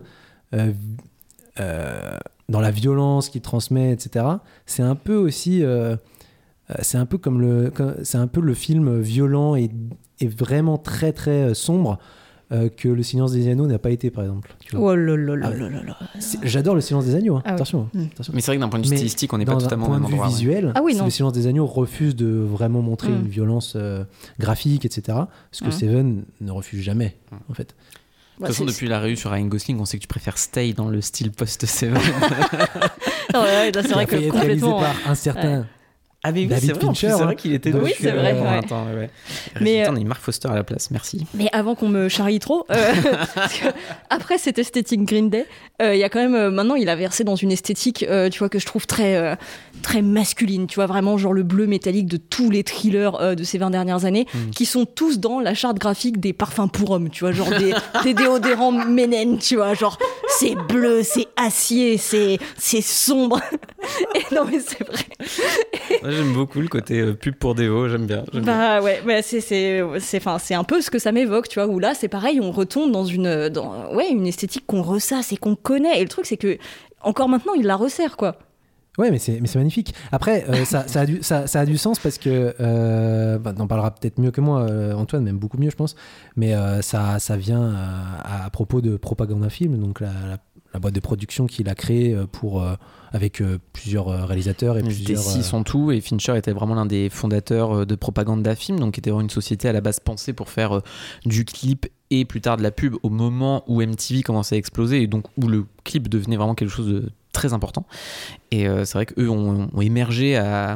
dans la violence qu'il transmet, etc., c'est un peu aussi... c'est un peu c'est un peu le film violent et vraiment très très sombre que Le Silence des Agneaux n'a pas été, par exemple. Tu vois. Oh là là là là là là. J'adore Le Silence des Agneaux, hein. Ah oui. Attention. Mais c'est vrai que d'un point de vue stylistique, on n'est pas totalement au même endroit. D'un point de vue visuel, Ah oui, non. Le Silence des Agneaux refuse de vraiment montrer une violence graphique, etc. Ce que Seven ne refuse jamais, en fait. De toute façon, depuis la réu sur Ryan Gosling, on sait que tu préfères Stay dans le style post-Seven. Non, là, c'est vrai que complètement. Par un certain... Ah mais oui, David c'est vrai, Fincher, c'est vrai qu'il était Oui, c'est vrai. Ouais. Attends, ouais. Mais on a Mark Foster à la place, merci. Mais avant qu'on me charrie trop, parce que après cette esthétique Green Day, il y a quand même maintenant il a versé dans une esthétique, tu vois, que je trouve très très masculine. Tu vois, vraiment genre le bleu métallique de tous les thrillers de ces 20 dernières années, qui sont tous dans la charte graphique des parfums pour hommes. Tu vois, genre des déodorants Menen. Tu vois, genre c'est bleu, c'est acier, c'est sombre. Et non mais c'est vrai. Moi, j'aime beaucoup le côté pub pour déo, j'aime bien. Bah ouais, mais c'est un peu ce que ça m'évoque, tu vois, où là c'est pareil, on retombe dans une esthétique qu'on ressasse et qu'on connaît. Et le truc c'est que encore maintenant il la resserre, quoi. Ouais, mais c'est magnifique. Après, ça a du sens parce que t'en parleras peut-être mieux que moi, Antoine, même beaucoup mieux, je pense. Mais ça vient à propos de Propaganda Film, donc la boîte de production qu'il a créée avec plusieurs réalisateurs et plusieurs. Des six en tout, et Fincher était vraiment l'un des fondateurs de Propaganda Film, donc qui était une société à la base pensée pour faire du clip et plus tard de la pub au moment où MTV commençait à exploser et donc où le clip devenait vraiment quelque chose de très important. Et c'est vrai qu'eux ont émergé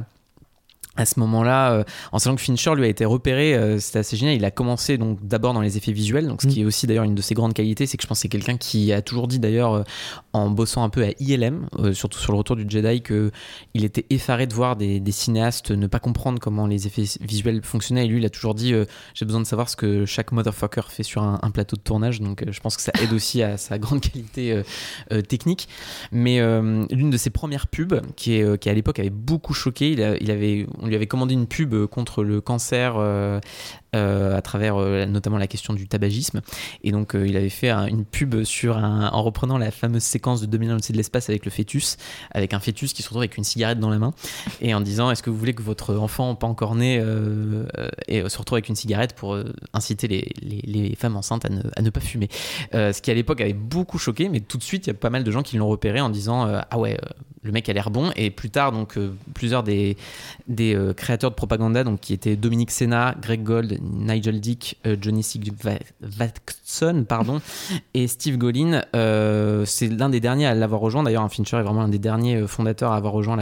à ce moment-là, en sachant que Fincher lui a été repéré, c'était assez génial. Il a commencé donc d'abord dans les effets visuels, donc ce qui est aussi d'ailleurs une de ses grandes qualités, c'est que je pense que c'est quelqu'un qui a toujours dit d'ailleurs en bossant un peu à ILM, surtout sur le Retour du Jedi, que il était effaré de voir des cinéastes ne pas comprendre comment les effets visuels fonctionnaient. Et lui, il a toujours dit j'ai besoin de savoir ce que chaque motherfucker fait sur un plateau de tournage. Donc je pense que ça aide aussi à sa grande qualité technique. Mais l'une de ses premières pubs, qui à l'époque avait beaucoup choqué, on lui avait commandé une pub contre le cancer à travers notamment la question du tabagisme, et donc il avait fait une pub en reprenant la fameuse séquence de 2001 l'Odyssée de l'espace avec le fœtus, avec un fœtus qui se retrouve avec une cigarette dans la main et en disant est-ce que vous voulez que votre enfant pas encore né et se retrouve avec une cigarette pour inciter les femmes enceintes à ne pas fumer, ce qui à l'époque avait beaucoup choqué, mais tout de suite il y a pas mal de gens qui l'ont repéré en disant ah ouais, le mec a l'air bon. Et plus tard donc plusieurs des créateurs de Propaganda, donc qui étaient Dominique Sena, Greg Gold, Nigel Dick, Johnny Sigvatsson, et Steve Golin. C'est l'un des derniers à l'avoir rejoint. D'ailleurs, Fincher est vraiment l'un des derniers fondateurs à avoir rejoint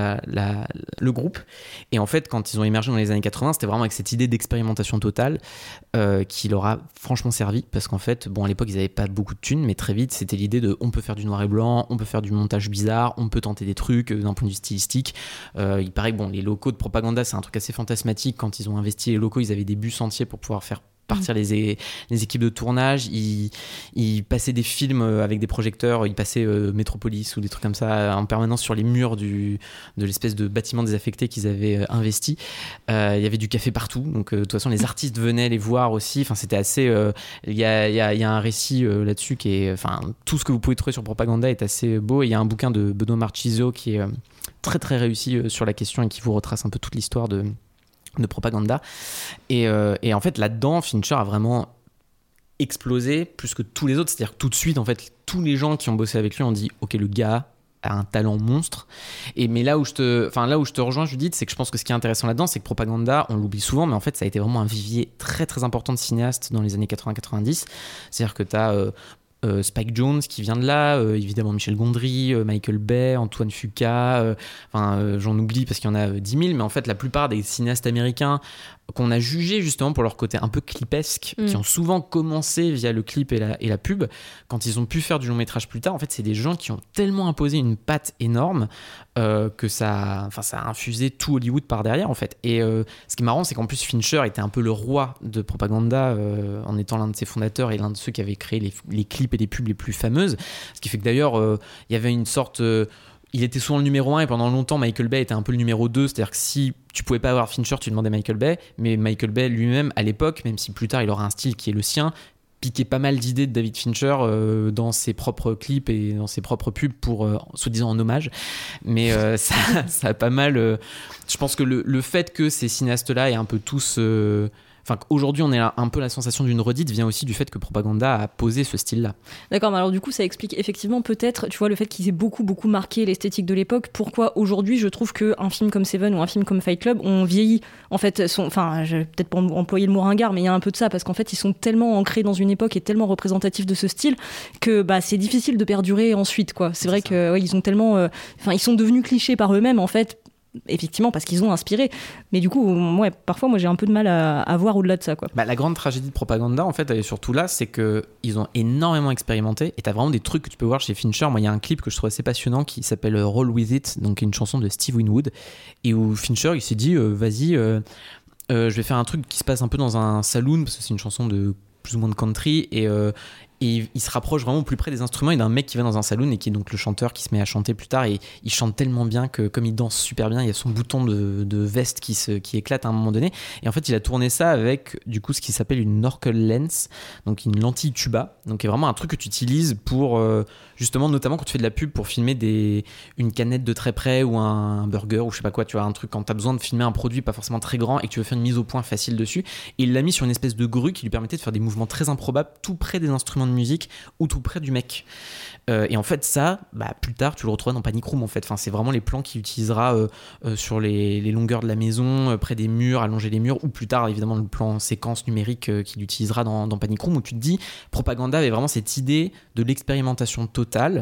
le groupe. Et en fait, quand ils ont émergé dans les années 80, c'était vraiment avec cette idée d'expérimentation totale qui leur a franchement servi. Parce qu'en fait, à l'époque, ils n'avaient pas beaucoup de thunes, mais très vite, c'était l'idée de on peut faire du noir et blanc, on peut faire du montage bizarre, on peut tenter des trucs d'un point de vue stylistique. Il paraît que les locaux de Propaganda, c'est un truc assez fantasmatique. Quand ils ont investi les locaux, ils avaient des bus entiers pour pouvoir faire partir les équipes de tournage. Ils passaient des films avec des projecteurs, ils passaient Metropolis ou des trucs comme ça en permanence sur les murs de l'espèce de bâtiment désaffecté qu'ils avaient investi. Il y avait du café partout, donc de toute façon les artistes venaient les voir aussi. Enfin, c'était assez il y a un récit là-dessus qui est, tout ce que vous pouvez trouver sur Propaganda est assez beau, et il y a un bouquin de Benoît Marchizio qui est très très réussi sur la question et qui vous retrace un peu toute l'histoire de Propaganda. Et en fait là-dedans Fincher a vraiment explosé plus que tous les autres, c'est-à-dire que tout de suite en fait tous les gens qui ont bossé avec lui ont dit ok, le gars a un talent monstre. Mais là où je te rejoins, Judith, c'est que je pense que ce qui est intéressant là-dedans, c'est que Propaganda, on l'oublie souvent, mais en fait ça a été vraiment un vivier très très important de cinéastes dans les années 80-90. C'est-à-dire que t'as Spike Jonze qui vient de là, évidemment Michel Gondry, Michael Bay, Antoine Fuqua, j'en oublie parce qu'il y en a 10 000, mais en fait la plupart des cinéastes américains qu'on a jugés justement pour leur côté un peu clipesque, qui ont souvent commencé via le clip et la pub, quand ils ont pu faire du long métrage plus tard, en fait c'est des gens qui ont tellement imposé une patte énorme que ça a infusé tout Hollywood par derrière en fait. Et ce qui est marrant, c'est qu'en plus Fincher était un peu le roi de propaganda en étant l'un de ses fondateurs et l'un de ceux qui avaient créé les clips et les pubs les plus fameuses. Ce qui fait que d'ailleurs il y avait une sorte il était souvent le numéro 1 et pendant longtemps Michael Bay était un peu le numéro 2, c'est-à-dire que si tu pouvais pas avoir Fincher, tu demandais Michael Bay, mais Michael Bay lui-même à l'époque, même si plus tard il aura un style qui est le sien, piquait pas mal d'idées de David Fincher dans ses propres clips et dans ses propres pubs pour soi-disant en hommage, mais ça a pas mal je pense que le fait que ces cinéastes-là aient un peu tous aujourd'hui on a un peu la sensation d'une redite vient aussi du fait que Propaganda a posé ce style-là. D'accord, mais alors du coup ça explique effectivement peut-être, tu vois, le fait qu'ils aient beaucoup marqué l'esthétique de l'époque, pourquoi aujourd'hui je trouve qu'un film comme Seven ou un film comme Fight Club ont vieilli, en fait, je vais peut-être pas employer le mot ringard, mais il y a un peu de ça, parce qu'en fait ils sont tellement ancrés dans une époque et tellement représentatifs de ce style que c'est difficile de perdurer ensuite, quoi. C'est vrai que ils ont tellement, ils sont devenus clichés par eux-mêmes en fait, effectivement parce qu'ils ont inspiré, mais du coup parfois j'ai un peu de mal à voir au-delà de ça, quoi. La grande tragédie de Propaganda en fait elle est surtout là, c'est qu'ils ont énormément expérimenté et t'as vraiment des trucs que tu peux voir chez Fincher. Moi il y a un clip que je trouve assez passionnant qui s'appelle Roll With It, donc une chanson de Steve Winwood, et où Fincher il s'est dit vas-y je vais faire un truc qui se passe un peu dans un saloon parce que c'est une chanson de plus ou moins de country et il se rapproche vraiment au plus près des instruments et d'un mec qui va dans un saloon et qui est donc le chanteur qui se met à chanter plus tard, et il chante tellement bien que comme il danse super bien, il y a son bouton de veste qui éclate à un moment donné, et en fait il a tourné ça avec du coup ce qui s'appelle une Norkel lens, donc une lentille tuba, donc qui est vraiment un truc que tu utilises pour justement notamment quand tu fais de la pub pour filmer une canette de très près ou un burger ou je sais pas quoi, tu vois, un truc quand tu as besoin de filmer un produit pas forcément très grand et que tu veux faire une mise au point facile dessus, et il l'a mis sur une espèce de grue qui lui permettait de faire des mouvements très improbables tout près des instruments de musique ou tout près du mec, et en fait ça plus tard tu le retrouves dans Panic Room en fait. C'est vraiment les plans qu'il utilisera sur les longueurs de la maison, près des murs, allonger les murs, ou plus tard évidemment le plan séquence numérique qu'il utilisera dans Panic Room, où tu te dis Propaganda avait vraiment cette idée de l'expérimentation totale,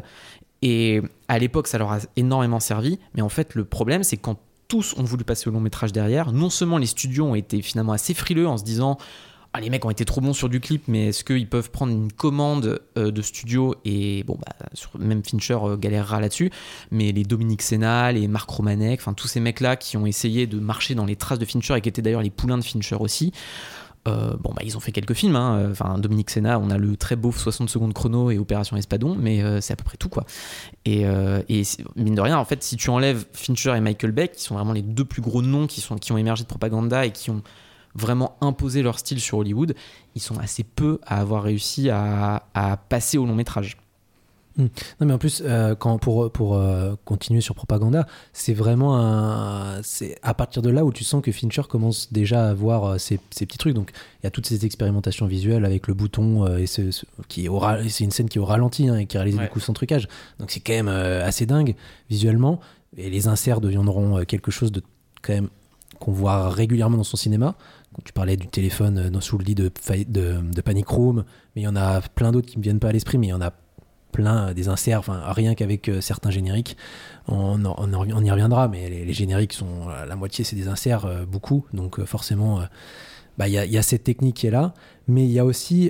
et à l'époque ça leur a énormément servi, mais en fait le problème c'est que quand tous ont voulu passer au long métrage derrière, non seulement les studios ont été finalement assez frileux en se disant les mecs ont été trop bons sur du clip, mais est-ce qu'ils peuvent prendre une commande de studio, et même Fincher galérera là-dessus, mais les Dominique Sena, les Mark Romanek, tous ces mecs-là qui ont essayé de marcher dans les traces de Fincher et qui étaient d'ailleurs les poulains de Fincher aussi, ils ont fait quelques films, Dominique Sena, on a le très beau 60 secondes chrono et Opération Espadon, mais c'est à peu près tout, quoi. Et mine de rien, en fait, si tu enlèves Fincher et Michael Bay, qui sont vraiment les deux plus gros noms qui ont émergé de Propaganda et qui ont vraiment imposer leur style sur Hollywood, ils sont assez peu à avoir réussi à passer au long métrage. Non mais en plus pour continuer sur Propaganda, c'est vraiment c'est à partir de là où tu sens que Fincher commence déjà à avoir ces petits trucs. Donc il y a toutes ces expérimentations visuelles avec le bouton c'est une scène qui est au ralenti et qui est réalisée du coup sans trucage, donc c'est quand même assez dingue visuellement, et les inserts deviendront quelque chose de quand même qu'on voit régulièrement dans son cinéma. Quand tu parlais du téléphone sous le lit de Panic Room, mais il y en a plein d'autres qui me viennent pas à l'esprit, mais il y en a plein, des inserts, rien qu'avec certains génériques, on y reviendra, mais les génériques sont, la moitié c'est des inserts, beaucoup, donc forcément il y a cette technique qui est là, mais il y a aussi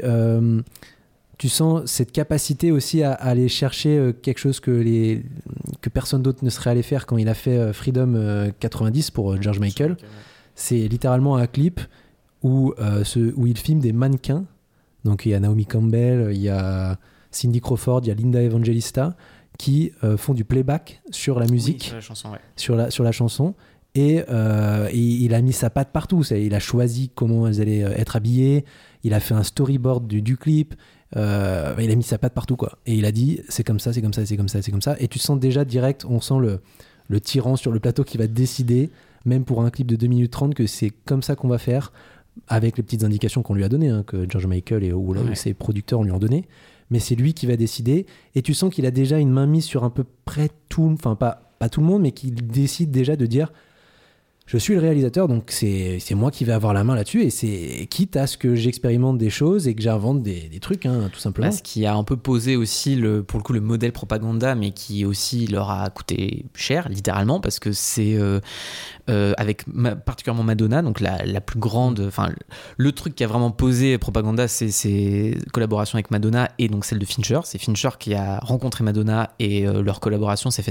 tu sens cette capacité aussi à aller chercher quelque chose que personne d'autre ne serait allé faire quand il a fait Freedom 90 pour George Michael. C'est littéralement un clip où il filme des mannequins. Donc il y a Naomi Campbell, il y a Cindy Crawford, il y a Linda Evangelista qui font du playback sur la musique, sur la chanson, ouais. sur la chanson. Et il a mis sa patte partout. Il a choisi comment elles allaient être habillées. Il a fait un storyboard du clip. Il a mis sa patte partout, quoi. Et il a dit c'est comme ça, c'est comme ça, c'est comme ça, c'est comme ça. Et tu sens déjà direct, on sent le tyran sur le plateau qui va décider, même pour un clip de 2 minutes 30, que c'est comme ça qu'on va faire, avec les petites indications qu'on lui a données, que George Michael ou ses producteurs lui ont donné. Mais c'est lui qui va décider. Et tu sens qu'il a déjà une main mise sur à peu près tout, pas tout le monde, mais qu'il décide déjà de dire je suis le réalisateur, donc c'est moi qui vais avoir la main là-dessus, et c'est quitte à ce que j'expérimente des choses et que j'invente des trucs, tout simplement. Ce qui a un peu posé aussi pour le coup le modèle Propaganda, mais qui aussi leur a coûté cher, littéralement, parce que c'est avec particulièrement Madonna, donc la plus grande, le truc qui a vraiment posé Propaganda, c'est ses collaborations avec Madonna et donc celle de Fincher. C'est Fincher qui a rencontré Madonna, et leur collaboration s'est faite sur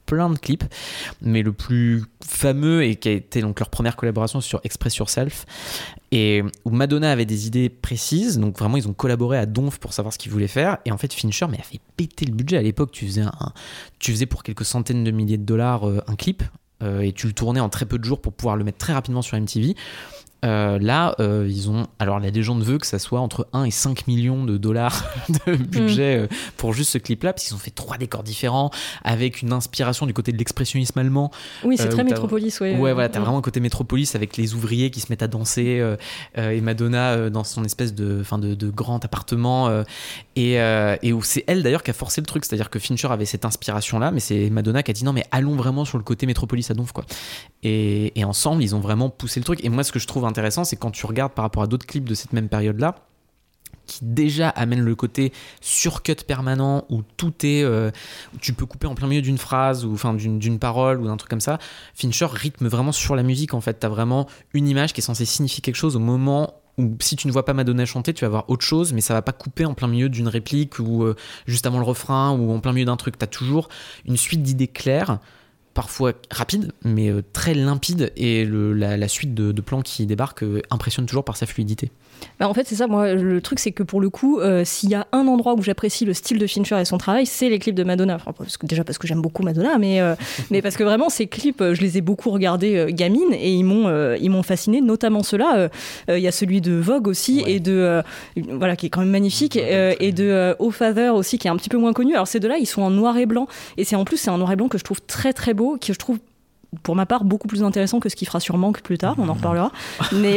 plein de clips, mais le plus fameux et qui a été donc leur première collaboration sur Express Yourself, et où Madonna avait des idées précises, donc vraiment ils ont collaboré à donf pour savoir ce qu'ils voulaient faire, et en fait Fincher a fait péter le budget. À l'époque tu faisais pour quelques centaines de milliers de dollars un clip, et tu le tournais en très peu de jours pour pouvoir le mettre très rapidement sur MTV. Là, ils ont. Alors, la légende veut que ça soit entre 1 et 5 millions de dollars de budget pour juste ce clip-là, parce qu'ils ont fait 3 décors différents, avec une inspiration du côté de l'expressionnisme allemand. Oui, c'est très Métropolis, ouais. Ouais, voilà, t'as vraiment un côté Métropolis avec les ouvriers qui se mettent à danser, et Madonna dans son espèce de grand appartement, et où c'est elle d'ailleurs qui a forcé le truc, c'est-à-dire que Fincher avait cette inspiration-là, mais c'est Madonna qui a dit non, mais allons vraiment sur le côté Métropolis à donf, quoi. Et ensemble, ils ont vraiment poussé le truc. Et moi, ce que je trouve intéressant, c'est quand tu regardes par rapport à d'autres clips de cette même période-là, qui déjà amènent le côté surcut permanent, où tout est où tu peux couper en plein milieu d'une phrase, ou enfin d'une parole ou d'un truc comme ça. Fincher rythme vraiment sur la musique, en fait. T'as vraiment une image qui est censée signifier quelque chose au moment où, si tu ne vois pas Madonna chanter, tu vas voir autre chose, mais ça va pas couper en plein milieu d'une réplique, ou juste avant le refrain, ou en plein milieu d'un truc. T'as toujours une suite d'idées claires, parfois rapide, mais très limpide, et la suite de plans qui débarquent impressionne toujours par sa fluidité. Bah en fait, c'est ça. Moi, le truc, c'est que pour le coup, s'il y a un endroit où j'apprécie le style de Fincher et son travail, c'est les clips de Madonna. Enfin, parce que j'aime beaucoup Madonna, mais parce que vraiment, ces clips, je les ai beaucoup regardés gamine, et ils m'ont fasciné, notamment ceux-là. Il y a celui de Vogue aussi, ouais. Et de voilà, qui est quand même magnifique, et de Oh Father aussi, qui est un petit peu moins connu. Alors ces deux-là, ils sont en noir et blanc, et c'est un noir et blanc que je trouve très très beau, que je trouve, pour ma part, beaucoup plus intéressant que ce qu'il fera sur Manque plus tard, on en reparlera. Mais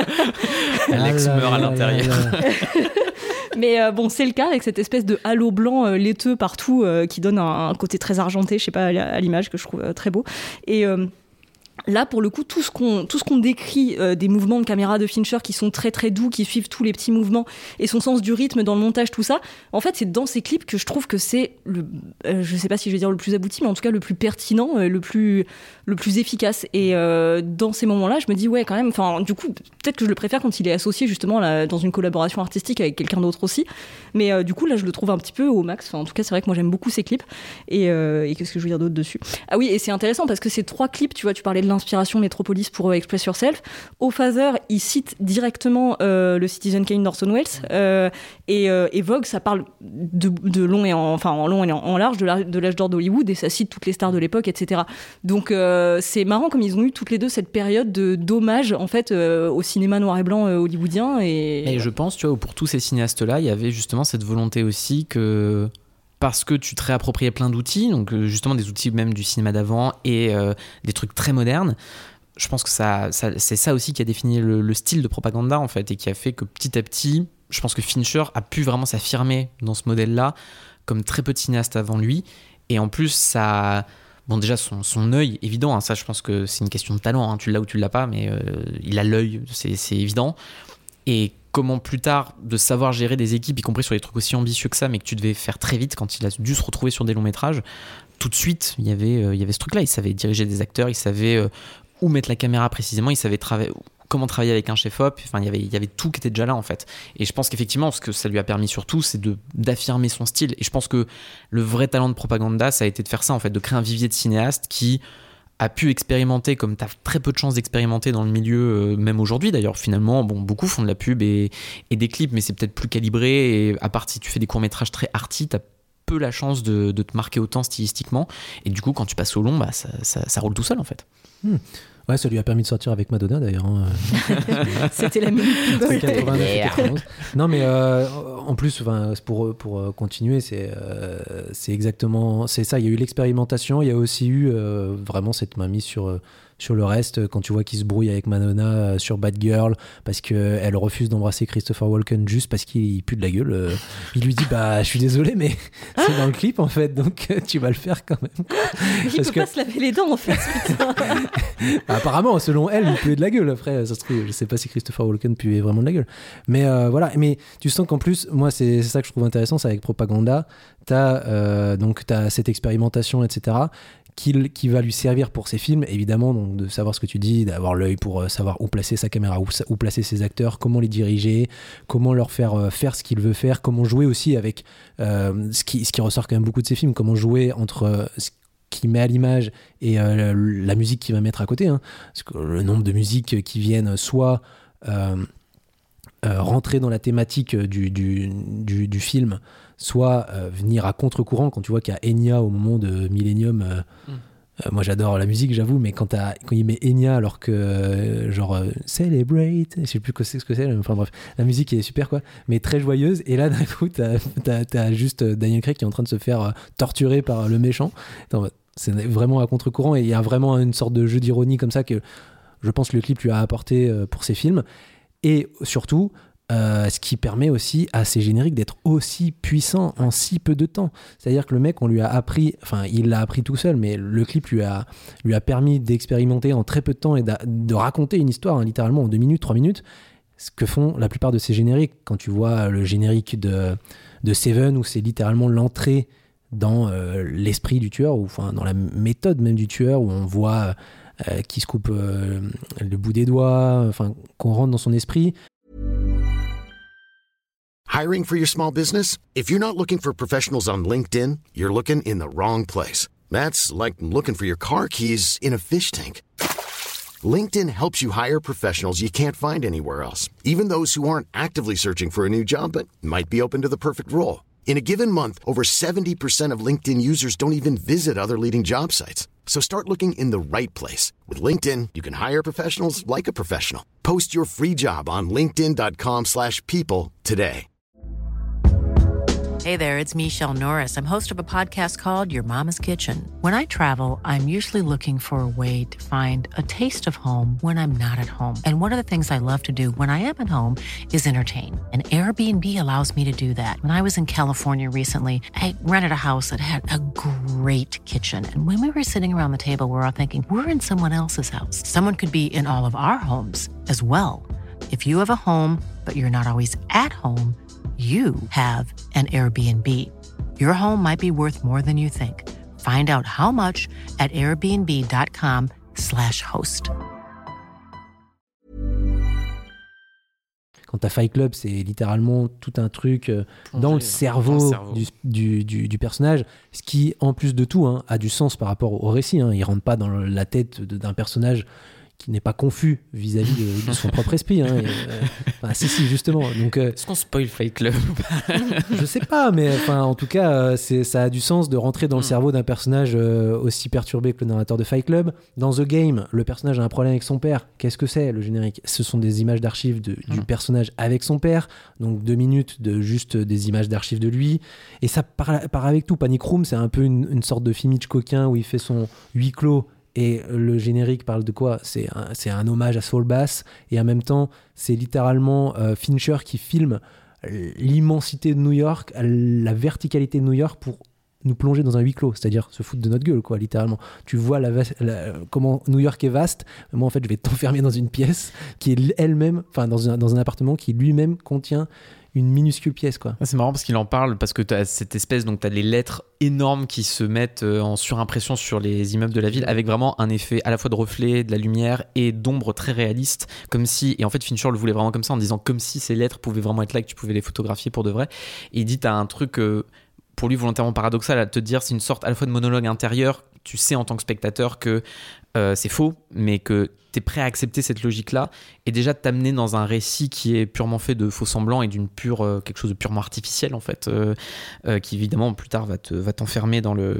Alex meurt à l'intérieur. Mais bon, c'est le cas avec cette espèce de halo blanc laiteux partout, qui donne un côté très argenté, je sais pas, à l'image, que je trouve très beau. Et là, pour le coup, tout ce qu'on décrit des mouvements de caméra de Fincher qui sont très très doux, qui suivent tous les petits mouvements, et son sens du rythme dans le montage, tout ça, en fait, c'est dans ces clips que je trouve que c'est je sais pas si je vais dire le plus abouti, mais en tout cas le plus pertinent, le plus efficace. Et dans ces moments-là, je me dis ouais, quand même. Enfin, du coup, peut-être que je le préfère quand il est associé justement là, dans une collaboration artistique avec quelqu'un d'autre aussi. Mais du coup, là, je le trouve un petit peu au max. Enfin, en tout cas, c'est vrai que moi, j'aime beaucoup ces clips. Et qu'est-ce que je veux dire d'autre dessus ? Ah oui, et c'est intéressant parce que ces 3 clips, tu vois, tu parlais de l'inspiration Metropolis pour Express Yourself. Au Father, il cite directement le Citizen Kane d'Orson Welles, et Vogue, ça parle de long et en long et en large de l'âge d'or d'Hollywood, et ça cite toutes les stars de l'époque, etc. Donc c'est marrant comme ils ont eu toutes les deux cette période d'hommage en fait au cinéma noir et blanc hollywoodien. Et je pense, tu vois, pour tous ces cinéastes-là, il y avait justement cette volonté aussi que, parce que tu te réappropriais plein d'outils, donc justement des outils même du cinéma d'avant, et des trucs très modernes. Je pense que c'est ça aussi qui a défini le style de Propaganda, en fait, et qui a fait que petit à petit, je pense que Fincher a pu vraiment s'affirmer dans ce modèle-là, comme très peu de cinéastes avant lui. Et en plus, ça... Bon, déjà, son œil, évident, hein, ça, je pense que c'est une question de talent, hein, tu l'as ou tu l'as pas, mais il a l'œil, c'est évident. Et comment plus tard, de savoir gérer des équipes, y compris sur des trucs aussi ambitieux que ça, mais que tu devais faire très vite quand il a dû se retrouver sur des longs métrages, tout de suite, il y avait ce truc-là. Il savait diriger des acteurs, il savait où mettre la caméra précisément, il savait comment travailler avec un chef-op. Enfin, il y avait tout qui était déjà là, en fait. Et je pense qu'effectivement, ce que ça lui a permis surtout, c'est d'affirmer son style. Et je pense que le vrai talent de Propaganda, ça a été de faire ça, en fait, de créer un vivier de cinéastes qui a pu expérimenter, comme tu as très peu de chances d'expérimenter dans le milieu, même aujourd'hui d'ailleurs. Finalement, bon, beaucoup font de la pub et des clips, mais c'est peut-être plus calibré. Et à part si tu fais des courts-métrages très arty, tu as peu la chance de te marquer autant stylistiquement. Et du coup, quand tu passes au long, bah, ça roule tout seul, en fait. Ouais, ça lui a permis de sortir avec Madonna d'ailleurs. C'était la minute. C'était 89 et 91. Non, mais en plus, pour continuer, c'est exactement ça. Il y a eu l'expérimentation, il y a aussi eu vraiment cette mainmise sur le reste, quand tu vois qu'il se brouille avec Madonna sur Bad Girl parce qu'elle refuse d'embrasser Christopher Walken juste parce qu'il pue de la gueule. Il lui dit bah je suis désolé mais c'est dans le clip en fait, donc tu vas le faire quand même. Il peut pas se laver les dents en fait, putain. Apparemment, selon elle, il puait de la gueule. Après, ça se trouve, je sais pas si Christopher Walken puait vraiment de la gueule. Mais voilà, mais tu sens qu'en plus, moi c'est ça que je trouve intéressant, c'est avec Propaganda, t'as cette expérimentation, etc., qui va lui servir pour ses films, évidemment, donc de savoir ce que tu dis, d'avoir l'œil pour savoir où placer sa caméra, où placer ses acteurs, comment les diriger, comment leur faire faire ce qu'il veut faire, comment jouer aussi avec ce qui ressort quand même beaucoup de ses films, comment jouer entre qu'il met à l'image et la musique qu'il va mettre à côté, hein, parce que le nombre de musiques qui viennent soit rentrer dans la thématique du film, soit venir à contre-courant. Quand tu vois qu'il y a Enya au moment de Millennium, moi j'adore la musique, j'avoue, mais quand il met Enya alors que Celebrate, je sais plus ce que c'est, enfin bref, la musique est super quoi, mais très joyeuse, et là d'un coup t'as juste Daniel Craig qui est en train de se faire torturer par le méchant. C'est vraiment à contre-courant, et il y a vraiment une sorte de jeu d'ironie comme ça que je pense que le clip lui a apporté pour ses films, et surtout ce qui permet aussi à ces génériques d'être aussi puissants en si peu de temps. C'est-à-dire que le mec, on lui a appris, enfin il l'a appris tout seul, mais le clip lui a permis d'expérimenter en très peu de temps et de raconter une histoire, hein, littéralement en 2 minutes, 3 minutes, ce que font la plupart de ces génériques. Quand tu vois le générique de Seven, où c'est littéralement l'entrée dans l'esprit du tueur, ou enfin dans la méthode même du tueur, où on voit qui se coupe le bout des doigts, enfin qu'on rentre dans son esprit. Hiring for your small business? If you're not looking for professionals on LinkedIn, you're looking in the wrong place. That's like looking for your car keys in a fish tank. LinkedIn helps you hire professionals you can't find anywhere else, even those who aren't actively searching for a new job but might be open to the perfect role. In a given month, over 70% of LinkedIn users don't even visit other leading job sites. So start looking in the right place. With LinkedIn, you can hire professionals like a professional. Post your free job on linkedin.com/people today. Hey there, it's Michelle Norris. I'm host of a podcast called Your Mama's Kitchen. When I travel, I'm usually looking for a way to find a taste of home when I'm not at home. And one of the things I love to do when I am at home is entertain. And Airbnb allows me to do that. When I was in California recently, I rented a house that had a great kitchen. And when we were sitting around the table, we're all thinking, we're in someone else's house. Someone could be in all of our homes as well. If you have a home, but you're not always at home, you have an Airbnb. Your home might be worth more than you think. Find out how much at airbnb.com/host. Quand t'as Fight Club, c'est littéralement tout un truc dans le cerveau du personnage, ce qui, en plus de tout, hein, a du sens par rapport au récit. Hein. Il rentre pas dans la tête d'un personnage qui n'est pas confus vis-à-vis de son propre esprit. Hein, si, justement. Donc, est-ce qu'on spoil Fight Club? Je sais pas, mais en tout cas, ça a du sens de rentrer dans le cerveau d'un personnage aussi perturbé que le narrateur de Fight Club. Dans The Game, le personnage a un problème avec son père. Qu'est-ce que c'est, le générique? Ce sont des images d'archives du personnage avec son père, donc 2 minutes de juste des images d'archives de lui, et ça part avec tout. Panic Room, c'est un peu une sorte de film Hitchcockien où il fait son huis clos. Et le générique parle de quoi? C'est un hommage à Saul Bass, et en même temps, c'est littéralement Fincher qui filme l'immensité de New York, la verticalité de New York pour nous plonger dans un huis clos, c'est-à-dire se foutre de notre gueule, quoi, littéralement. Tu vois comment New York est vaste. Moi, en fait, je vais t'enfermer dans une pièce qui est elle-même, enfin, dans un appartement qui lui-même contient une minuscule pièce, quoi. C'est marrant parce qu'il en parle, parce que tu as cette espèce, donc tu as les lettres énormes qui se mettent en surimpression sur les immeubles de la ville, avec vraiment un effet à la fois de reflet, de la lumière et d'ombre très réaliste, comme si, et en fait Fincher le voulait vraiment comme ça, en disant comme si ces lettres pouvaient vraiment être là, que tu pouvais les photographier pour de vrai. Et il dit, t'as un truc pour lui volontairement paradoxal à te dire, c'est une sorte à la fois de monologue intérieur. Tu sais en tant que spectateur que c'est faux, mais que t'es prêt à accepter cette logique-là, et déjà de t'amener dans un récit qui est purement fait de faux semblants et quelque chose de purement artificiel, en fait, qui évidemment plus tard va t'enfermer dans la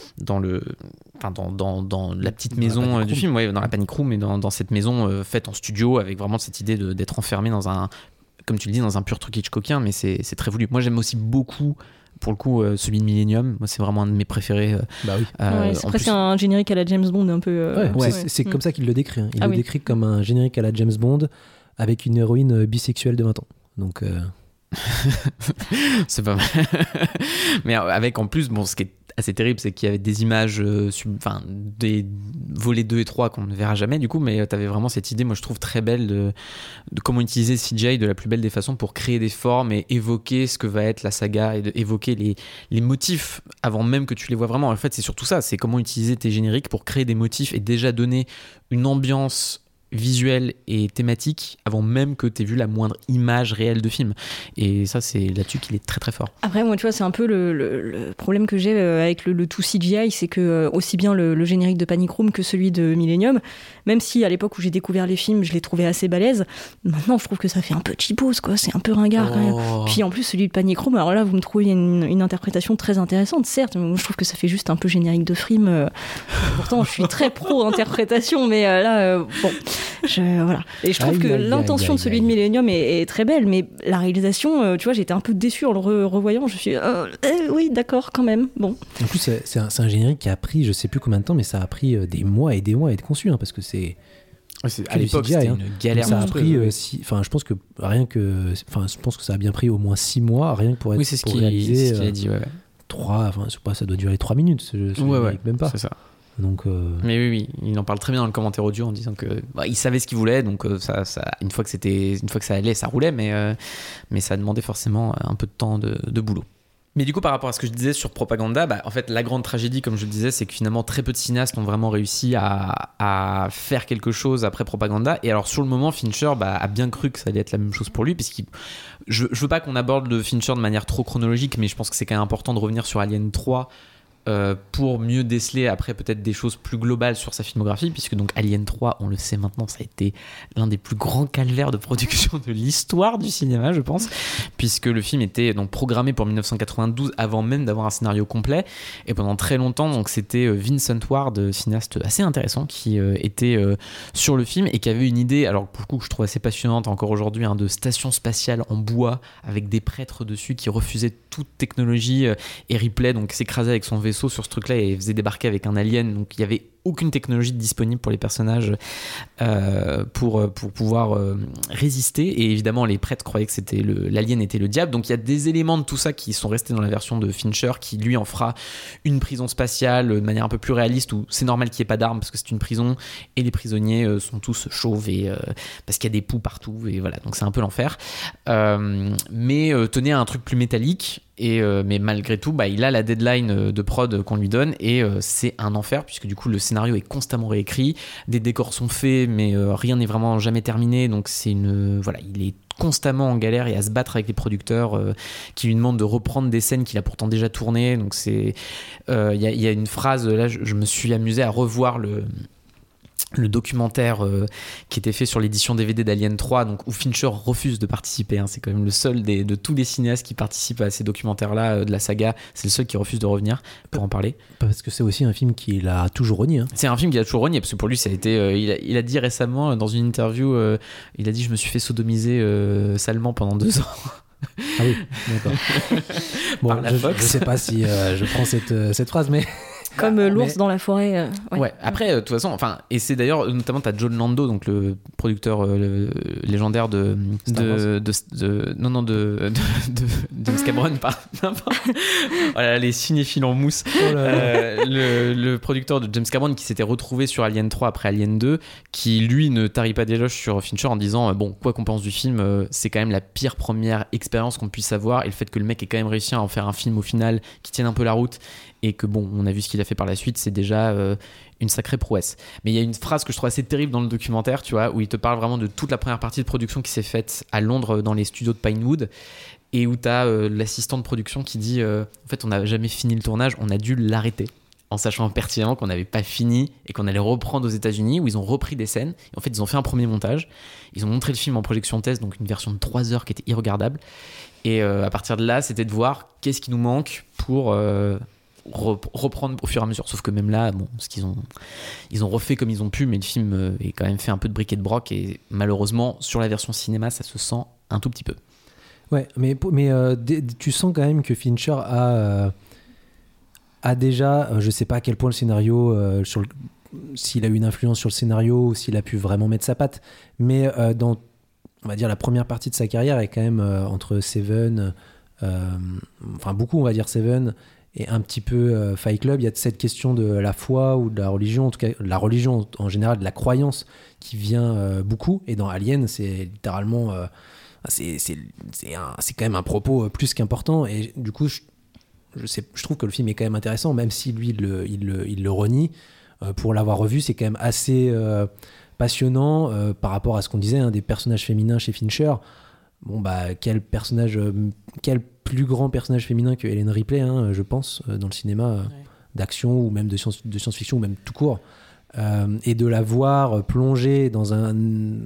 petite maison du film, dans la panic room, et dans cette maison faite en studio, avec vraiment cette idée d'être enfermé dans un, comme tu le dis, dans un pur truc Hitchcockien, mais c'est très voulu. Moi j'aime aussi beaucoup, pour le coup, celui de Millennium. Moi, c'est vraiment un de mes préférés. Bah oui. C'est presque un générique à la James Bond, un peu. C'est comme ça qu'il le décrit. Hein. Il le décrit comme un générique à la James Bond avec une héroïne bisexuelle de 20 ans. Donc, c'est pas mal. Mais avec en plus, ce qui est assez terrible, c'est qu'il y avait des images, des volets 2 et 3 qu'on ne verra jamais du coup, mais tu avais vraiment cette idée, moi je trouve très belle, de comment utiliser CGI de la plus belle des façons pour créer des formes et évoquer ce que va être la saga, et évoquer les motifs avant même que tu les vois vraiment. En fait, c'est surtout ça, c'est comment utiliser tes génériques pour créer des motifs et déjà donner une ambiance visuelle et thématique avant même que tu aies vu la moindre image réelle de film. Et ça, c'est là-dessus qu'il est très très fort. Après, moi, tu vois, c'est un peu le problème que j'ai avec le tout CGI, c'est que aussi bien le générique de Panic Room que celui de Millennium, même si à l'époque où j'ai découvert les films, je les trouvais assez balèzes, maintenant je trouve que ça fait un peu cheapos, quoi. C'est un peu ringard quand même. Puis en plus, celui de Panic Room, alors là, vous me trouvez une interprétation très intéressante, certes, mais je trouve que ça fait juste un peu générique de frime. Pourtant, je suis très pro-interprétation, mais là, bon... voilà. Et je trouve que l'intention de celui de Millennium est très belle, mais la réalisation, tu vois, j'étais un peu déçue en le revoyant. Je suis oui, d'accord, quand même. Bon. En plus, c'est un générique qui a pris, je sais plus combien de temps, mais ça a pris des mois et des mois à être conçu, parce que c'est. À l'époque, c'était une galère. Ça a pris, je pense que je pense que ça a bien pris au moins 6 mois, rien que pour être. Oui, c'est ce qu'il a dit. Ouais. 3, ça doit durer 3 minutes. Même pas. C'est ça. Donc, Mais oui, il en parle très bien dans le commentaire audio en disant que il savait ce qu'il voulait, donc ça, une fois que ça allait, ça roulait, mais ça demandait forcément un peu de temps de boulot. Mais du coup, par rapport à ce que je disais sur Propaganda, en fait, la grande tragédie, comme je le disais, c'est que finalement très peu de cinéastes ont vraiment réussi à faire quelque chose après Propaganda. Et alors sur le moment, Fincher a bien cru que ça allait être la même chose pour lui, puisqu'il je veux pas qu'on aborde le Fincher de manière trop chronologique, mais je pense que c'est quand même important de revenir sur Alien 3 pour mieux déceler après peut-être des choses plus globales sur sa filmographie, puisque donc Alien 3, on le sait maintenant, ça a été l'un des plus grands calvaires de production de l'histoire du cinéma, je pense, puisque le film était donc programmé pour 1992 avant même d'avoir un scénario complet, et pendant très longtemps donc c'était Vincent Ward, cinéaste assez intéressant, qui était sur le film et qui avait une idée, alors pour le coup que je trouve assez passionnante encore aujourd'hui, de station spatiale en bois avec des prêtres dessus qui refusaient toute technologie, et Ripley donc s'écrasait avec son vaisseau sur ce truc-là et faisait débarquer avec un alien, donc il y avait aucune technologie disponible pour les personnages pour pouvoir résister, et évidemment les prêtres croyaient que l'alien était le diable, donc il y a des éléments de tout ça qui sont restés dans la version de Fincher, qui lui en fera une prison spatiale de manière un peu plus réaliste, où c'est normal qu'il n'y ait pas d'armes parce que c'est une prison et les prisonniers sont tous chauves et parce qu'il y a des poux partout, et voilà, donc c'est un peu l'enfer, mais tenait à un truc plus métallique. Mais malgré tout, il a la deadline de prod qu'on lui donne, et c'est un enfer, puisque du coup le scénario est constamment réécrit, des décors sont faits, mais rien n'est vraiment jamais terminé, donc il est constamment en galère et à se battre avec les producteurs qui lui demandent de reprendre des scènes qu'il a pourtant déjà tournées. Donc il y a une phrase, là je me suis amusé à revoir le documentaire qui était fait sur l'édition DVD d'Alien 3, donc où Fincher refuse de participer, c'est quand même le seul de tous les cinéastes qui participent à ces documentaires-là de la saga, c'est le seul qui refuse de revenir pour en parler. Parce que c'est aussi un film qu'il a toujours renié. C'est un film qu'il a toujours renié, parce que pour lui ça a été... il a dit récemment dans une interview, il a dit « Je me suis fait sodomiser salement pendant 2 ans ». Ah oui, d'accord. Bon, je sais pas si je prends cette phrase, mais... Comme l'ours dans la forêt. Ouais. Après, de toute façon, et c'est d'ailleurs, notamment, t'as John Lando, donc le producteur légendaire de James Cameron, pas n'importe. Voilà, les cinéphiles en mousse. Le producteur de James Cameron qui s'était retrouvé sur Alien 3 après Alien 2, qui lui ne tarit pas d'éloges sur Fincher en disant quoi qu'on pense du film, c'est quand même la pire première expérience qu'on puisse avoir, et le fait que le mec ait quand même réussi à en faire un film au final qui tienne un peu la route, et que on a vu ce qu'il a fait par la suite, c'est déjà une sacrée prouesse. Mais il y a une phrase que je trouve assez terrible dans le documentaire, tu vois, où il te parle vraiment de toute la première partie de production qui s'est faite à Londres dans les studios de Pinewood, et où t'as l'assistant de production qui dit en fait on n'a jamais fini le tournage, on a dû l'arrêter en sachant pertinemment qu'on n'avait pas fini et qu'on allait reprendre aux États-Unis, où ils ont repris des scènes. Et en fait ils ont fait un premier montage, ils ont montré le film en projection test, donc une version de 3 heures qui était irregardable, et à partir de là c'était de voir qu'est-ce qui nous manque pour reprendre au fur et à mesure. Sauf que même là, ce qu'ils ont refait comme ils ont pu, mais le film est quand même fait un peu de bric et de broc, et malheureusement sur la version cinéma ça se sent un tout petit peu. Ouais, mais tu sens quand même que Fincher a déjà, je sais pas à quel point le scénario, s'il a eu une influence sur le scénario ou s'il a pu vraiment mettre sa patte, mais dans, on va dire, la première partie de sa carrière est quand même entre Seven, beaucoup on va dire Seven, et un petit peu Fight Club, il y a cette question de la foi ou de la religion, en tout cas de la religion en général, de la croyance qui vient beaucoup, et dans Alien c'est littéralement c'est quand même un propos plus qu'important, et du coup je trouve que le film est quand même intéressant, même si lui il le renie. Pour l'avoir revu, c'est quand même assez passionnant par rapport à ce qu'on disait, des personnages féminins chez Fincher. Bon, quel plus grand personnage féminin que Ellen Ripley, je pense, dans le cinéma d'action ou même de science-fiction ou même tout court. Et de la voir plonger dans un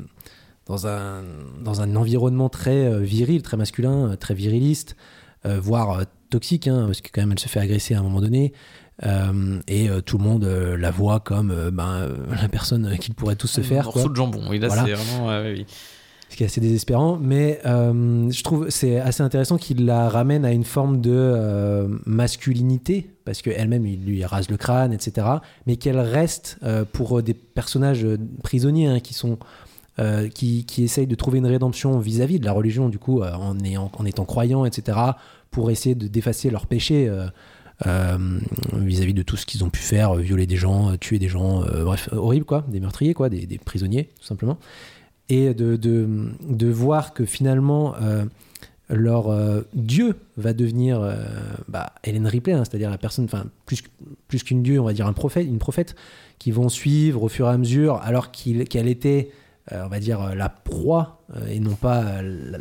environnement très viril, très masculin, très viriliste, voire toxique, parce que quand même elle se fait agresser à un moment donné, et tout le monde la voit comme la personne qu'ils pourraient tous se faire. Un morceau de jambon, oui, là voilà. C'est vraiment... oui. Ce qui est assez désespérant, mais je trouve c'est assez intéressant qu'il la ramène à une forme de masculinité, parce qu'elle-même, il lui rase le crâne, etc., mais qu'elle reste pour des personnages prisonniers qui sont... qui essayent de trouver une rédemption vis-à-vis de la religion, du coup, en étant croyants, etc., pour essayer de d'effacer leurs péchés vis-à-vis de tout ce qu'ils ont pu faire, violer des gens, tuer des gens, bref, horrible, quoi, des meurtriers, quoi, des prisonniers, tout simplement. Et de voir que finalement, leur dieu va devenir Ellen Ripley, c'est-à-dire la personne, plus qu'une dieu, on va dire une prophète, qui vont suivre au fur et à mesure, alors qu'elle était... on va dire la proie et non pas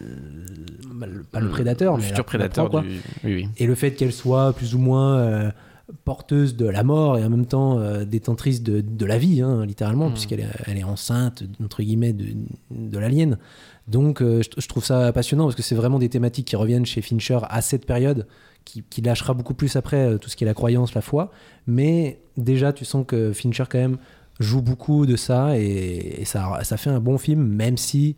le prédateur, mais futur prédateur proie, oui. Et le fait qu'elle soit plus ou moins porteuse de la mort et en même temps détentrice de la vie, littéralement, puisqu'elle est enceinte entre guillemets de l'alien. Donc je trouve ça passionnant parce que c'est vraiment des thématiques qui reviennent chez Fincher à cette période, qui lâchera beaucoup plus après tout ce qui est la croyance, la foi, mais déjà tu sens que Fincher quand même joue beaucoup de ça et ça fait un bon film, même si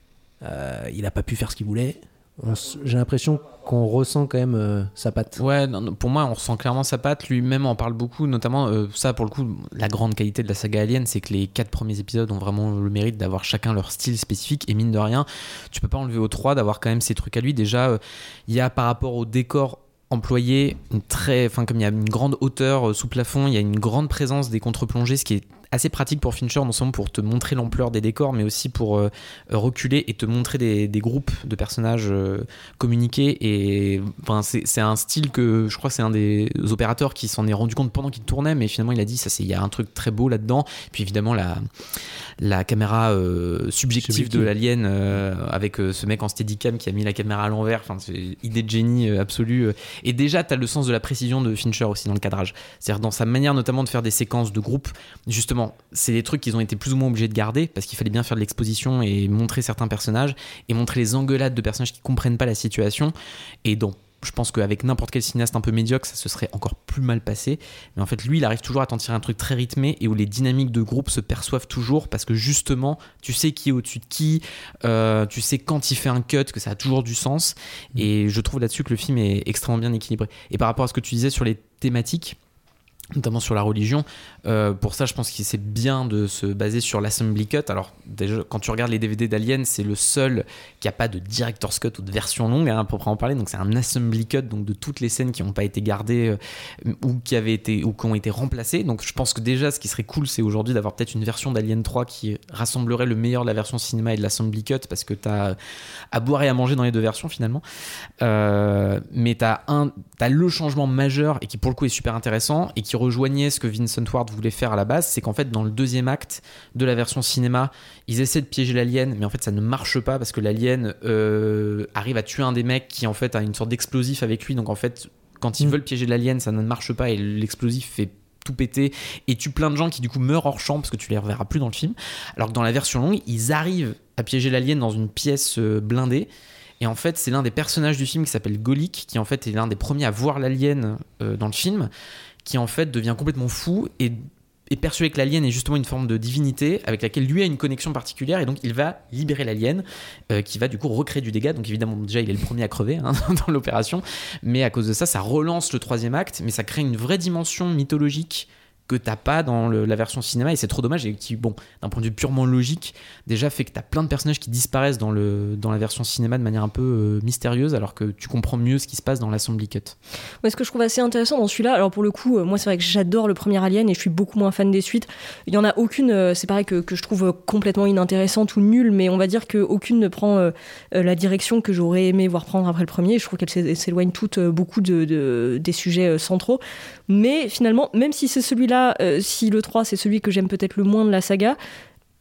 il n'a pas pu faire ce qu'il voulait. J'ai l'impression qu'on ressent quand même sa patte. Ouais, non, pour moi on ressent clairement sa patte. Lui-même en parle beaucoup, notamment ça pour le coup, la grande qualité de la saga Alien, c'est que les 4 premiers épisodes ont vraiment le mérite d'avoir chacun leur style spécifique, et mine de rien tu peux pas enlever aux 3 d'avoir quand même ces trucs à lui. Déjà il y a par rapport au décor employé comme il y a une grande hauteur sous plafond, il y a une grande présence des contre-plongées, ce qui est assez pratique pour Fincher, non seulement pour te montrer l'ampleur des décors, mais aussi pour reculer et te montrer des groupes de personnages communiquer. Et c'est un style que je crois que c'est un des opérateurs qui s'en est rendu compte pendant qu'il tournait, mais finalement il a dit il y a un truc très beau là-dedans. Puis évidemment la caméra subjective de l'alien avec ce mec en steadicam qui a mis la caméra à l'envers, c'est idée de génie absolue. Et déjà t'as le sens de la précision de Fincher aussi dans le cadrage, c'est-à-dire dans sa manière notamment de faire des séquences de groupe. Justement, c'est des trucs qu'ils ont été plus ou moins obligés de garder parce qu'il fallait bien faire de l'exposition et montrer certains personnages et montrer les engueulades de personnages qui comprennent pas la situation. Et donc je pense qu'avec n'importe quel cinéaste un peu médiocre, ça se serait encore plus mal passé. Mais en fait, lui, il arrive toujours à t'en tirer un truc très rythmé et où les dynamiques de groupe se perçoivent toujours parce que justement, tu sais qui est au-dessus de qui, tu sais quand il fait un cut, que ça a toujours du sens. Et je trouve là-dessus que le film est extrêmement bien équilibré. Et par rapport à ce que tu disais sur les thématiques, notamment sur la religion, pour ça je pense que c'est bien de se baser sur l'assembly cut. Alors déjà quand tu regardes les DVD d'Alien, c'est le seul qui a pas de director's cut ou de version longue pour en parler, donc c'est un assembly cut, donc de toutes les scènes qui n'ont pas été gardées ou qui ont été remplacées. Donc je pense que déjà ce qui serait cool, c'est aujourd'hui d'avoir peut-être une version d'Alien 3 qui rassemblerait le meilleur de la version cinéma et de l'assembly cut, parce que t'as à boire et à manger dans les deux versions finalement. Mais t'as le changement majeur et qui pour le coup est super intéressant et qui rejoignait ce que Vincent Ward voulait faire à la base, c'est qu'en fait dans le deuxième acte de la version cinéma, ils essaient de piéger l'alien, mais en fait ça ne marche pas parce que l'alien arrive à tuer un des mecs qui en fait a une sorte d'explosif avec lui, donc en fait quand ils veulent piéger l'alien, ça ne marche pas et l'explosif fait tout péter et tue plein de gens qui du coup meurent hors champ parce que tu les reverras plus dans le film. Alors que dans la version longue, ils arrivent à piéger l'alien dans une pièce blindée. Et en fait, c'est l'un des personnages du film qui s'appelle Golik, qui en fait est l'un des premiers à voir l'alien dans le film, qui en fait devient complètement fou et est persuadé que l'alien est justement une forme de divinité avec laquelle lui a une connexion particulière, et donc il va libérer l'alien qui va du coup recréer du dégât. Donc évidemment déjà il est le premier à crever dans l'opération, mais à cause de ça, ça relance le troisième acte, mais ça crée une vraie dimension mythologique que t'as pas dans la version cinéma, et c'est trop dommage, et qui, bon, d'un point de vue purement logique, déjà fait que t'as plein de personnages qui disparaissent dans la version cinéma de manière un peu mystérieuse, alors que tu comprends mieux ce qui se passe dans l'assembly cut. Ouais, ce que je trouve assez intéressant dans celui-là, alors pour le coup, moi c'est vrai que j'adore le premier Alien et je suis beaucoup moins fan des suites. Il y en a aucune, c'est pareil que je trouve complètement inintéressante ou nulle, mais on va dire qu'aucune ne prend la direction que j'aurais aimé voir prendre après le premier. Je trouve qu'elles s'éloignent toutes beaucoup des sujets centraux. Mais finalement, même si c'est celui-là, si le 3 c'est celui que j'aime peut-être le moins de la saga,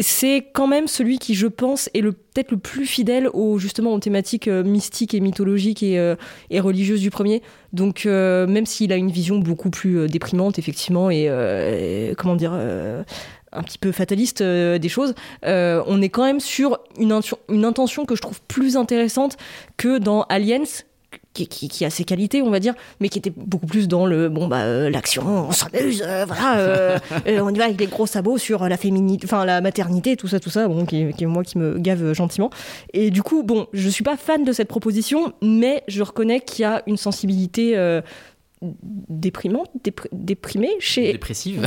c'est quand même celui qui, je pense, est peut-être le plus fidèle justement aux thématiques mystiques et mythologiques et religieuses du premier. Donc, même s'il a une vision beaucoup plus déprimante, effectivement, et comment dire, un petit peu fataliste des choses, on est quand même sur une intention que je trouve plus intéressante que dans Aliens, qui a ses qualités, on va dire, mais qui était beaucoup plus dans l'action, on s'amuse, on y va avec les gros sabots sur la féminité, enfin la maternité, tout ça, bon, qui me gave gentiment. Et du coup, bon, je suis pas fan de cette proposition, mais je reconnais qu'il y a une sensibilité déprimée dépressive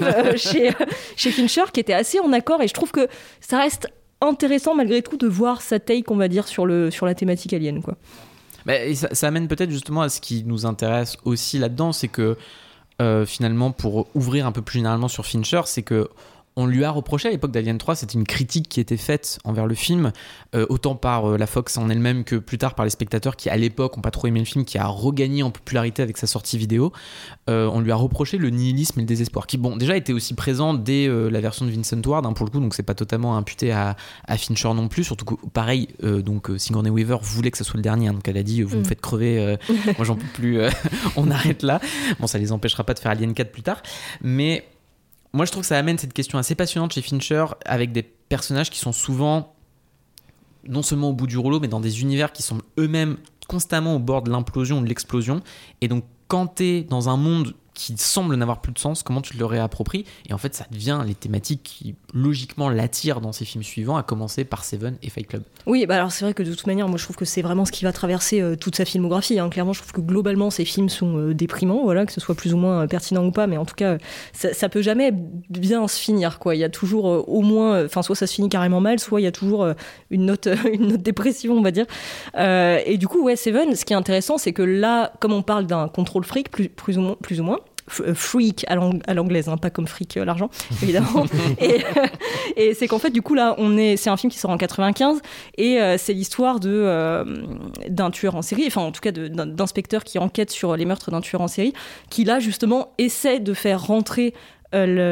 chez Fincher, qui était assez en accord, et je trouve que ça reste intéressant malgré tout de voir sa take, on va dire, sur la thématique alien, quoi. Et ça amène peut-être justement à ce qui nous intéresse aussi là-dedans, c'est que finalement, pour ouvrir un peu plus généralement sur Fincher, c'est que on lui a reproché à l'époque d'Alien 3, c'était une critique qui était faite envers le film, autant par la Fox en elle-même que plus tard par les spectateurs qui à l'époque n'ont pas trop aimé le film, qui a regagné en popularité avec sa sortie vidéo. On lui a reproché le nihilisme et le désespoir, qui déjà était aussi présent dès la version de Vincent Ward, pour le coup, donc c'est pas totalement imputé à Fincher non plus, surtout que pareil, Sigourney Weaver voulait que ça soit le dernier, donc elle a dit vous me faites crever, moi j'en peux plus, on arrête là. Bon, ça les empêchera pas de faire Alien 4 plus tard, mais moi, je trouve que ça amène cette question assez passionnante chez Fincher, avec des personnages qui sont souvent non seulement au bout du rouleau, mais dans des univers qui semblent eux-mêmes constamment au bord de l'implosion ou de l'explosion. Et donc, quand t'es dans un monde qui semble n'avoir plus de sens, comment tu te le réappropries ? Et en fait, ça devient les thématiques qui, logiquement, l'attirent dans ses films suivants, à commencer par Seven et Fight Club. Oui, alors c'est vrai que de toute manière, moi je trouve que c'est vraiment ce qui va traverser toute sa filmographie. Clairement, je trouve que globalement, ses films sont déprimants, que ce soit plus ou moins pertinent ou pas, mais en tout cas, ça peut jamais bien se finir, quoi. Il y a toujours au moins, soit ça se finit carrément mal, soit il y a toujours une note dépression, on va dire. Et du coup, Seven, ce qui est intéressant, c'est que là, comme on parle d'un contrôle freak, plus ou moins, freak à l'anglaise, pas comme fric l'argent, évidemment. et c'est qu'en fait, du coup, là, c'est un film qui sort en 95, et c'est l'histoire d'un tueur en série, enfin, en tout cas, d'inspecteur qui enquête sur les meurtres d'un tueur en série, qui, là, justement, essaie de faire rentrer la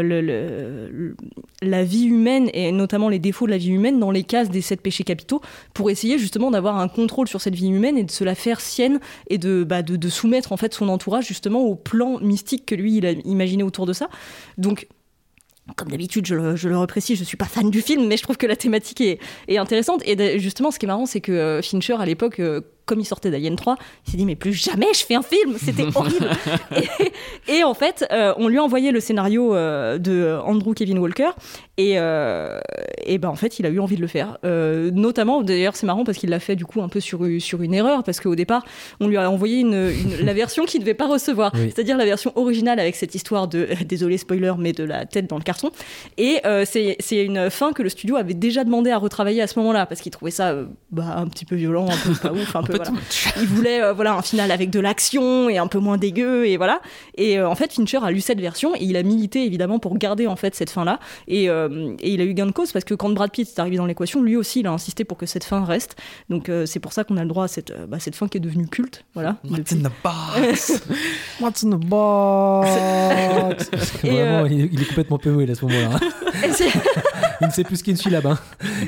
vie humaine, et notamment les défauts de la vie humaine, dans les cases des 7 péchés capitaux, pour essayer justement d'avoir un contrôle sur cette vie humaine et de se la faire sienne, et de soumettre en fait son entourage justement au plan mystique que lui il a imaginé autour de ça. Donc, comme d'habitude, je le reprécise, je suis pas fan du film, mais je trouve que la thématique est intéressante. Et justement, ce qui est marrant, c'est que Fincher, à l'époque, comme il sortait d'Alien 3, il s'est dit, mais plus jamais je fais un film, c'était horrible. et en fait, on lui a envoyé le scénario de Andrew Kevin Walker, et en fait, il a eu envie de le faire. Notamment, d'ailleurs, c'est marrant parce qu'il l'a fait du coup un peu sur une erreur, parce qu'au départ, on lui a envoyé la version qu'il ne devait pas recevoir, oui. C'est-à-dire la version originale avec cette histoire désolé spoiler, mais de la tête dans le carton. Et c'est une fin que le studio avait déjà demandé à retravailler à ce moment-là, parce qu'il trouvait ça un petit peu violent, un peu pas ouf, un peu voilà. Il voulait un final avec de l'action et un peu moins dégueu, et voilà. Et en fait, Fincher a lu cette version et il a milité évidemment pour garder en fait cette fin-là. Et il a eu gain de cause, parce que quand Brad Pitt est arrivé dans l'équation, lui aussi il a insisté pour que cette fin reste. Donc c'est pour ça qu'on a le droit à cette fin qui est devenue culte. Voilà. What's in the box? What's in the box? Vraiment, il est complètement POL à ce moment-là. Il ne sait plus ce qu'il suit là-bas.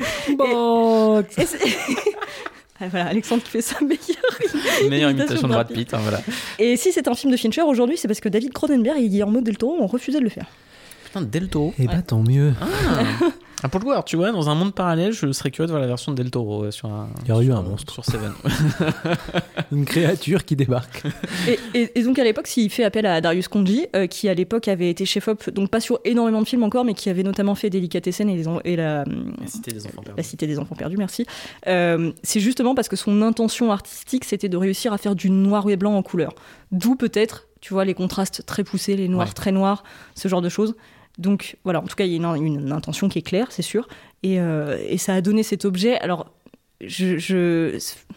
Box. Voilà, Alexandre qui fait sa meilleure imitation de Brad Pitt. Voilà. Et si c'est un film de Fincher aujourd'hui, c'est parce que David Cronenberg et Guillermo del Toro ont refusé de le faire. Putain, Del Toro. Eh ben, tant mieux. Pour le coup, alors, tu vois, dans un monde parallèle, je serais curieux de voir la version de Del Toro sur un. Il y aurait eu un monstre. Sur Seven. Une créature qui débarque. Et donc, à l'époque, s'il fait appel à Darius Khondji, qui à l'époque avait été chef-op, donc pas sur énormément de films encore, mais qui avait notamment fait Delicatessen et la Cité des Enfants Perdus. La Cité des Enfants Perdus, merci. C'est justement parce que son intention artistique, c'était de réussir à faire du noir et blanc en couleur. D'où peut-être, tu vois, les contrastes très poussés, les noirs très noirs, ce genre de choses. Donc voilà, en tout cas, il y a une intention qui est claire, c'est sûr. Et ça a donné cet objet. Alors, je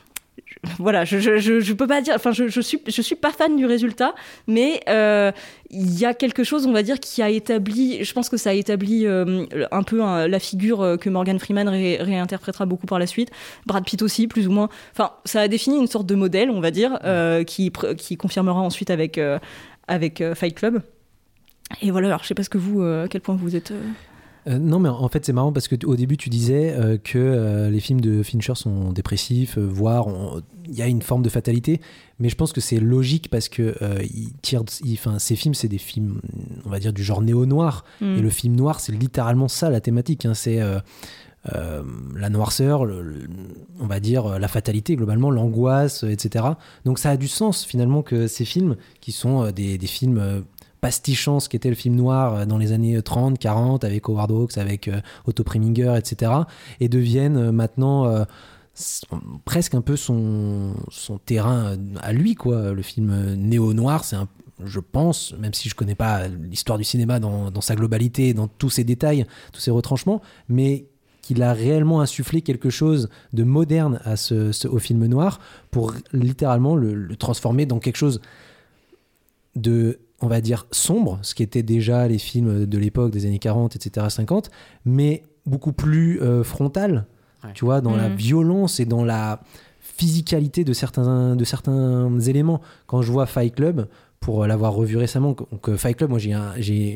peux pas dire. Enfin, je suis pas fan du résultat, mais il y a quelque chose, on va dire, qui a établi. Je pense que ça a établi un peu la figure que Morgan Freeman réinterprétera beaucoup par la suite. Brad Pitt aussi, plus ou moins. Enfin, ça a défini une sorte de modèle, on va dire, qui confirmera ensuite avec Fight Club. Et voilà, alors je sais pas à quel point vous êtes... Non, mais en fait, c'est marrant parce qu'au début, tu disais que les films de Fincher sont dépressifs, voire il y a une forme de fatalité. Mais je pense que c'est logique parce que ces films, c'est des films, on va dire, du genre néo-noir. Et le film noir, c'est littéralement ça, la thématique. Hein. C'est la noirceur, on va dire, la fatalité, globalement, l'angoisse, etc. Donc ça a du sens, finalement, que ces films, qui sont des films... pastichant ce qu'était le film noir dans les années 30, 40, avec Howard Hawks, avec Otto Preminger, etc., et deviennent maintenant presque un peu son terrain à lui, quoi. Le film néo-noir, je pense, même si je connais pas l'histoire du cinéma dans sa globalité, dans tous ses détails, tous ses retranchements, mais qu'il a réellement insufflé quelque chose de moderne au film noir pour littéralement le transformer dans quelque chose de, on va dire, sombre, ce qui était déjà les films de l'époque des années 40, etc., 50, mais beaucoup plus frontal, tu vois, dans la violence et dans la physicalité de certains éléments. Quand je vois Fight Club, pour l'avoir revu récemment, donc Fight Club, moi j'ai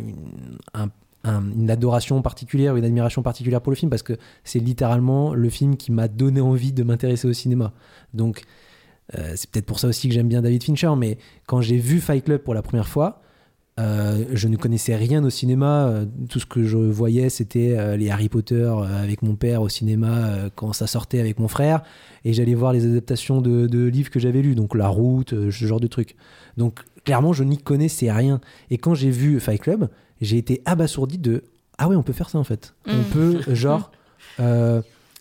une adoration particulière, une admiration particulière pour le film, parce que c'est littéralement le film qui m'a donné envie de m'intéresser au cinéma. Donc c'est peut-être pour ça aussi que j'aime bien David Fincher, mais quand j'ai vu Fight Club pour la première fois, je ne connaissais rien au cinéma. Tout ce que je voyais, c'était les Harry Potter avec mon père au cinéma quand ça sortait avec mon frère, et j'allais voir les adaptations de livres que j'avais lus, donc La Route, ce genre de trucs. Donc clairement, je n'y connaissais rien. Et quand j'ai vu Fight Club, j'ai été abasourdi de « Ah ouais, on peut faire ça en fait. On peut, genre, en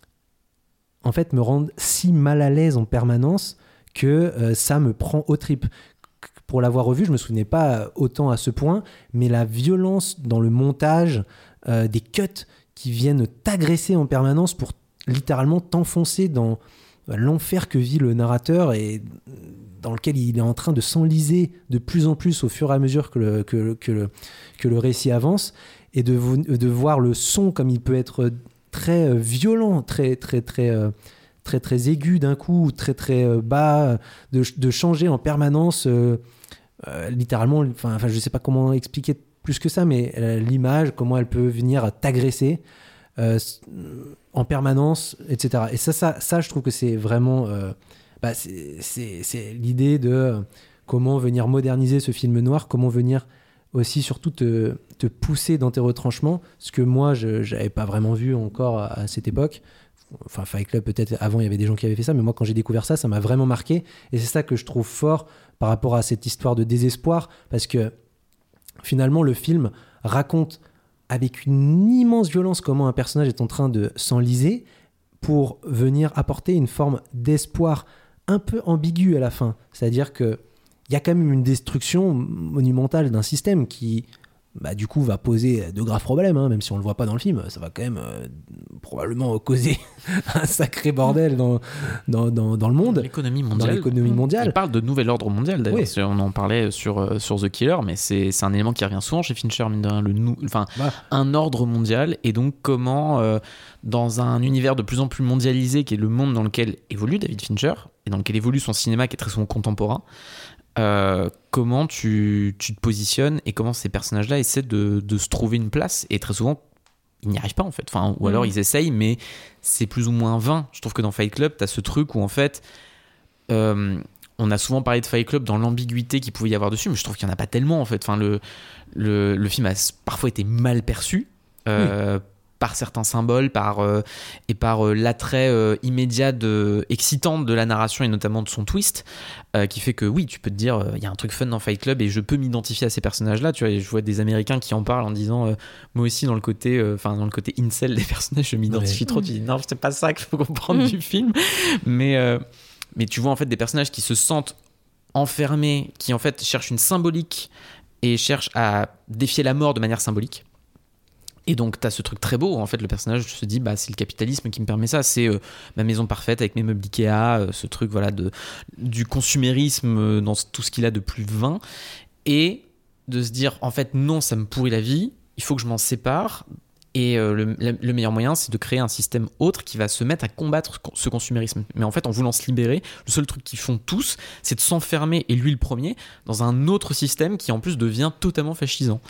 fait, me rendre si mal à l'aise en permanence que ça me prend aux tripes. » Pour l'avoir revu, je me souvenais pas autant à ce point, mais la violence dans le montage, des cuts qui viennent t'agresser en permanence pour littéralement t'enfoncer dans l'enfer que vit le narrateur et dans lequel il est en train de s'enliser de plus en plus au fur et à mesure que le récit avance, et de voir le son comme il peut être très violent, très aigu d'un coup, très bas, de changer en permanence, littéralement, enfin je sais pas comment expliquer plus que ça, mais l'image, comment elle peut venir t'agresser en permanence, etc. Et ça je trouve que c'est vraiment c'est l'idée de comment venir moderniser ce film noir, comment venir aussi surtout te pousser dans tes retranchements, ce que moi je n'avais pas vraiment vu encore à cette époque. Enfin, Fight Club, peut-être avant il y avait des gens qui avaient fait ça, mais moi quand j'ai découvert ça m'a vraiment marqué, et c'est ça que je trouve fort par rapport à cette histoire de désespoir, parce que finalement le film raconte avec une immense violence comment un personnage est en train de s'enliser pour venir apporter une forme d'espoir un peu ambigu à la fin. C'est-à-dire qu'il y a quand même une destruction monumentale d'un système qui, du coup, va poser de graves problèmes, hein, même si on ne le voit pas dans le film. Ça va quand même probablement causer un sacré bordel dans le monde. L'économie mondiale. Dans l'économie mondiale. Il parle de nouvel ordre mondial, d'ailleurs. Oui. On en parlait sur The Killer, mais c'est un élément qui revient souvent chez Fincher, mine de rien, un ordre mondial, et donc comment, dans un univers de plus en plus mondialisé, qui est le monde dans lequel évolue David Fincher, et dans lequel évolue son cinéma, qui est très souvent contemporain, comment tu te positionnes et comment ces personnages-là essaient de se trouver une place, et très souvent ils n'y arrivent pas en fait, ou alors ils essayent mais c'est plus ou moins vain. Je trouve que dans Fight Club t'as ce truc où en fait on a souvent parlé de Fight Club dans l'ambiguïté qu'il pouvait y avoir dessus, mais je trouve qu'il n'y en a pas tellement en fait. Le film a parfois été mal perçu par certains symboles, par l'attrait immédiat excitant de la narration, et notamment de son twist, qui fait que oui, tu peux te dire il y a un truc fun dans Fight Club et je peux m'identifier à ces personnages-là, tu vois. Et je vois des Américains qui en parlent en disant moi aussi dans le côté incel des personnages, je m'identifie trop. Tu dis non, c'est pas ça qu'il faut comprendre du film, mais tu vois en fait des personnages qui se sentent enfermés, qui en fait cherchent une symbolique et cherchent à défier la mort de manière symbolique. Et donc t'as ce truc très beau où en fait le personnage se dit c'est le capitalisme qui me permet ça, c'est ma maison parfaite avec mes meubles Ikea, ce truc du consumérisme dans tout ce qu'il a de plus vain, et de se dire en fait non, ça me pourrit la vie, il faut que je m'en sépare, et le meilleur moyen c'est de créer un système autre qui va se mettre à combattre ce consumérisme. Mais en fait en voulant se libérer, le seul truc qu'ils font tous c'est de s'enfermer, et lui le premier, dans un autre système qui en plus devient totalement fascisant.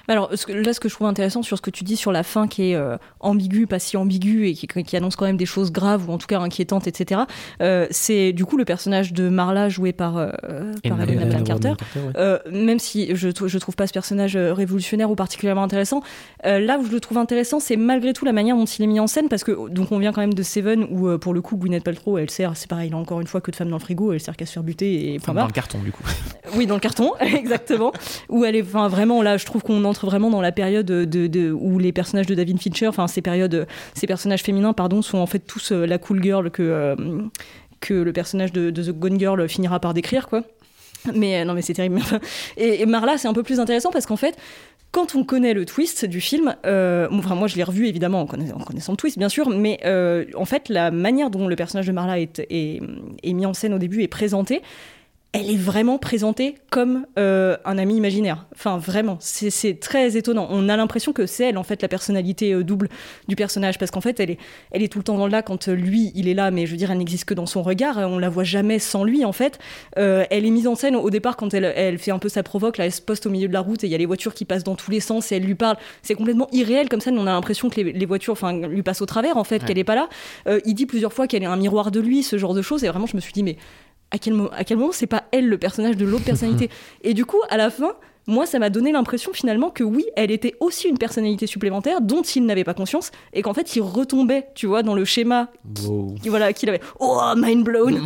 Alors ce que je trouve intéressant sur ce que tu dis sur la fin qui est ambiguë, pas si ambiguë et qui annonce quand même des choses graves ou en tout cas inquiétantes, etc. C'est du coup le personnage de Marla joué par Helena Bonham Carter. Même si je trouve pas ce personnage révolutionnaire ou particulièrement intéressant, là où je le trouve intéressant, c'est malgré tout la manière dont il est mis en scène, parce que donc on vient quand même de Seven où pour le coup Gwyneth Paltrow elle sert, c'est pareil là encore une fois que de femme dans le frigo, elle sert qu'à se faire buter et point barre. Dans le carton du coup. Oui, dans le carton, exactement. Où elle est, vraiment là, je trouve qu'on entre vraiment dans la période où les personnages de David Fincher, ces personnages féminins, sont en fait tous la cool girl que le personnage de The Gone Girl finira par décrire, quoi. Mais non, mais c'est terrible. Et Marla, c'est un peu plus intéressant parce qu'en fait, quand on connaît le twist du film, moi je l'ai revu évidemment en connaissant le twist bien sûr, mais en fait la manière dont le personnage de Marla est mis en scène au début, est présenté, elle est vraiment présentée comme un ami imaginaire. Enfin, vraiment, c'est très étonnant. On a l'impression que c'est elle, en fait, la personnalité double du personnage, parce qu'en fait, elle est tout le temps là quand lui, il est là, mais je veux dire, elle n'existe que dans son regard. On la voit jamais sans lui, en fait. Elle est mise en scène au départ quand elle fait un peu sa provoque. Là, elle se poste au milieu de la route et il y a les voitures qui passent dans tous les sens et elle lui parle. C'est complètement irréel comme ça. On a l'impression que les voitures, lui passent au travers, en fait, ouais. Qu'elle est pas là. Il dit plusieurs fois qu'elle est un miroir de lui, ce genre de choses. Et vraiment, je me suis dit, mais à quel moment c'est pas elle le personnage de l'autre personnalité. Et du coup, à la fin, moi, ça m'a donné l'impression finalement que oui, elle était aussi une personnalité supplémentaire dont il n'avait pas conscience et qu'en fait, il retombait, tu vois, dans le schéma qu'il avait. Oh, mind blown.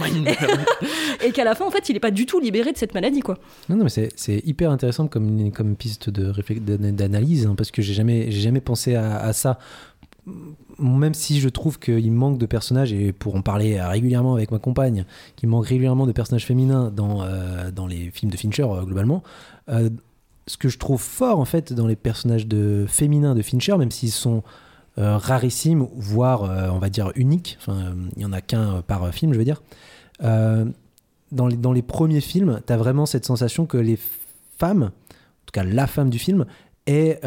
Et qu'à la fin, en fait, il n'est pas du tout libéré de cette maladie, quoi. Non, mais c'est hyper intéressant comme piste d'analyse, hein, parce que j'ai jamais pensé à ça. Même si je trouve qu'il manque de personnages, et pour en parler régulièrement avec ma compagne, qu'il manque régulièrement de personnages féminins dans les films de Fincher globalement, ce que je trouve fort en fait dans les personnages féminins de Fincher, même s'ils sont rarissimes, voire on va dire uniques, il n'y en a qu'un par film je veux dire, dans les premiers films t'as vraiment cette sensation que les femmes, en tout cas la femme du film, est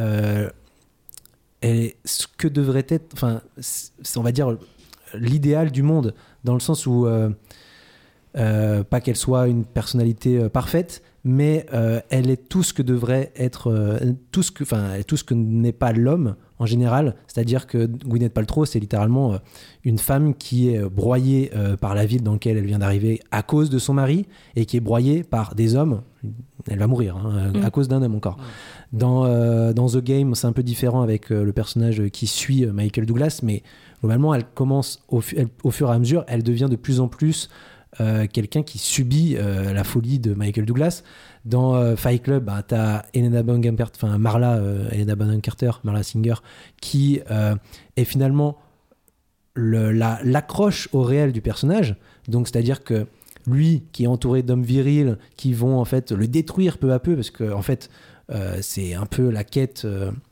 ce que devrait être, on va dire l'idéal du monde, dans le sens où pas qu'elle soit une personnalité parfaite, mais elle est tout ce que devrait être tout ce que n'est pas l'homme en général. C'est-à-dire que Gwyneth Paltrow, c'est littéralement une femme qui est broyée par la ville dans laquelle elle vient d'arriver à cause de son mari, et qui est broyée par des hommes. Elle va mourir à cause d'un homme encore. Dans The Game, c'est un peu différent avec le personnage qui suit Michael Douglas, mais globalement, elle commence au fur et à mesure, elle devient de plus en plus quelqu'un qui subit la folie de Michael Douglas. Dans Fight Club, t'as Helena Bonham Carter, Helena Bonham Carter, Marla Singer, qui est finalement l'accroche au réel du personnage. Donc, c'est-à-dire que lui, qui est entouré d'hommes virils qui vont en fait le détruire peu à peu, parce que en fait, c'est un peu la quête.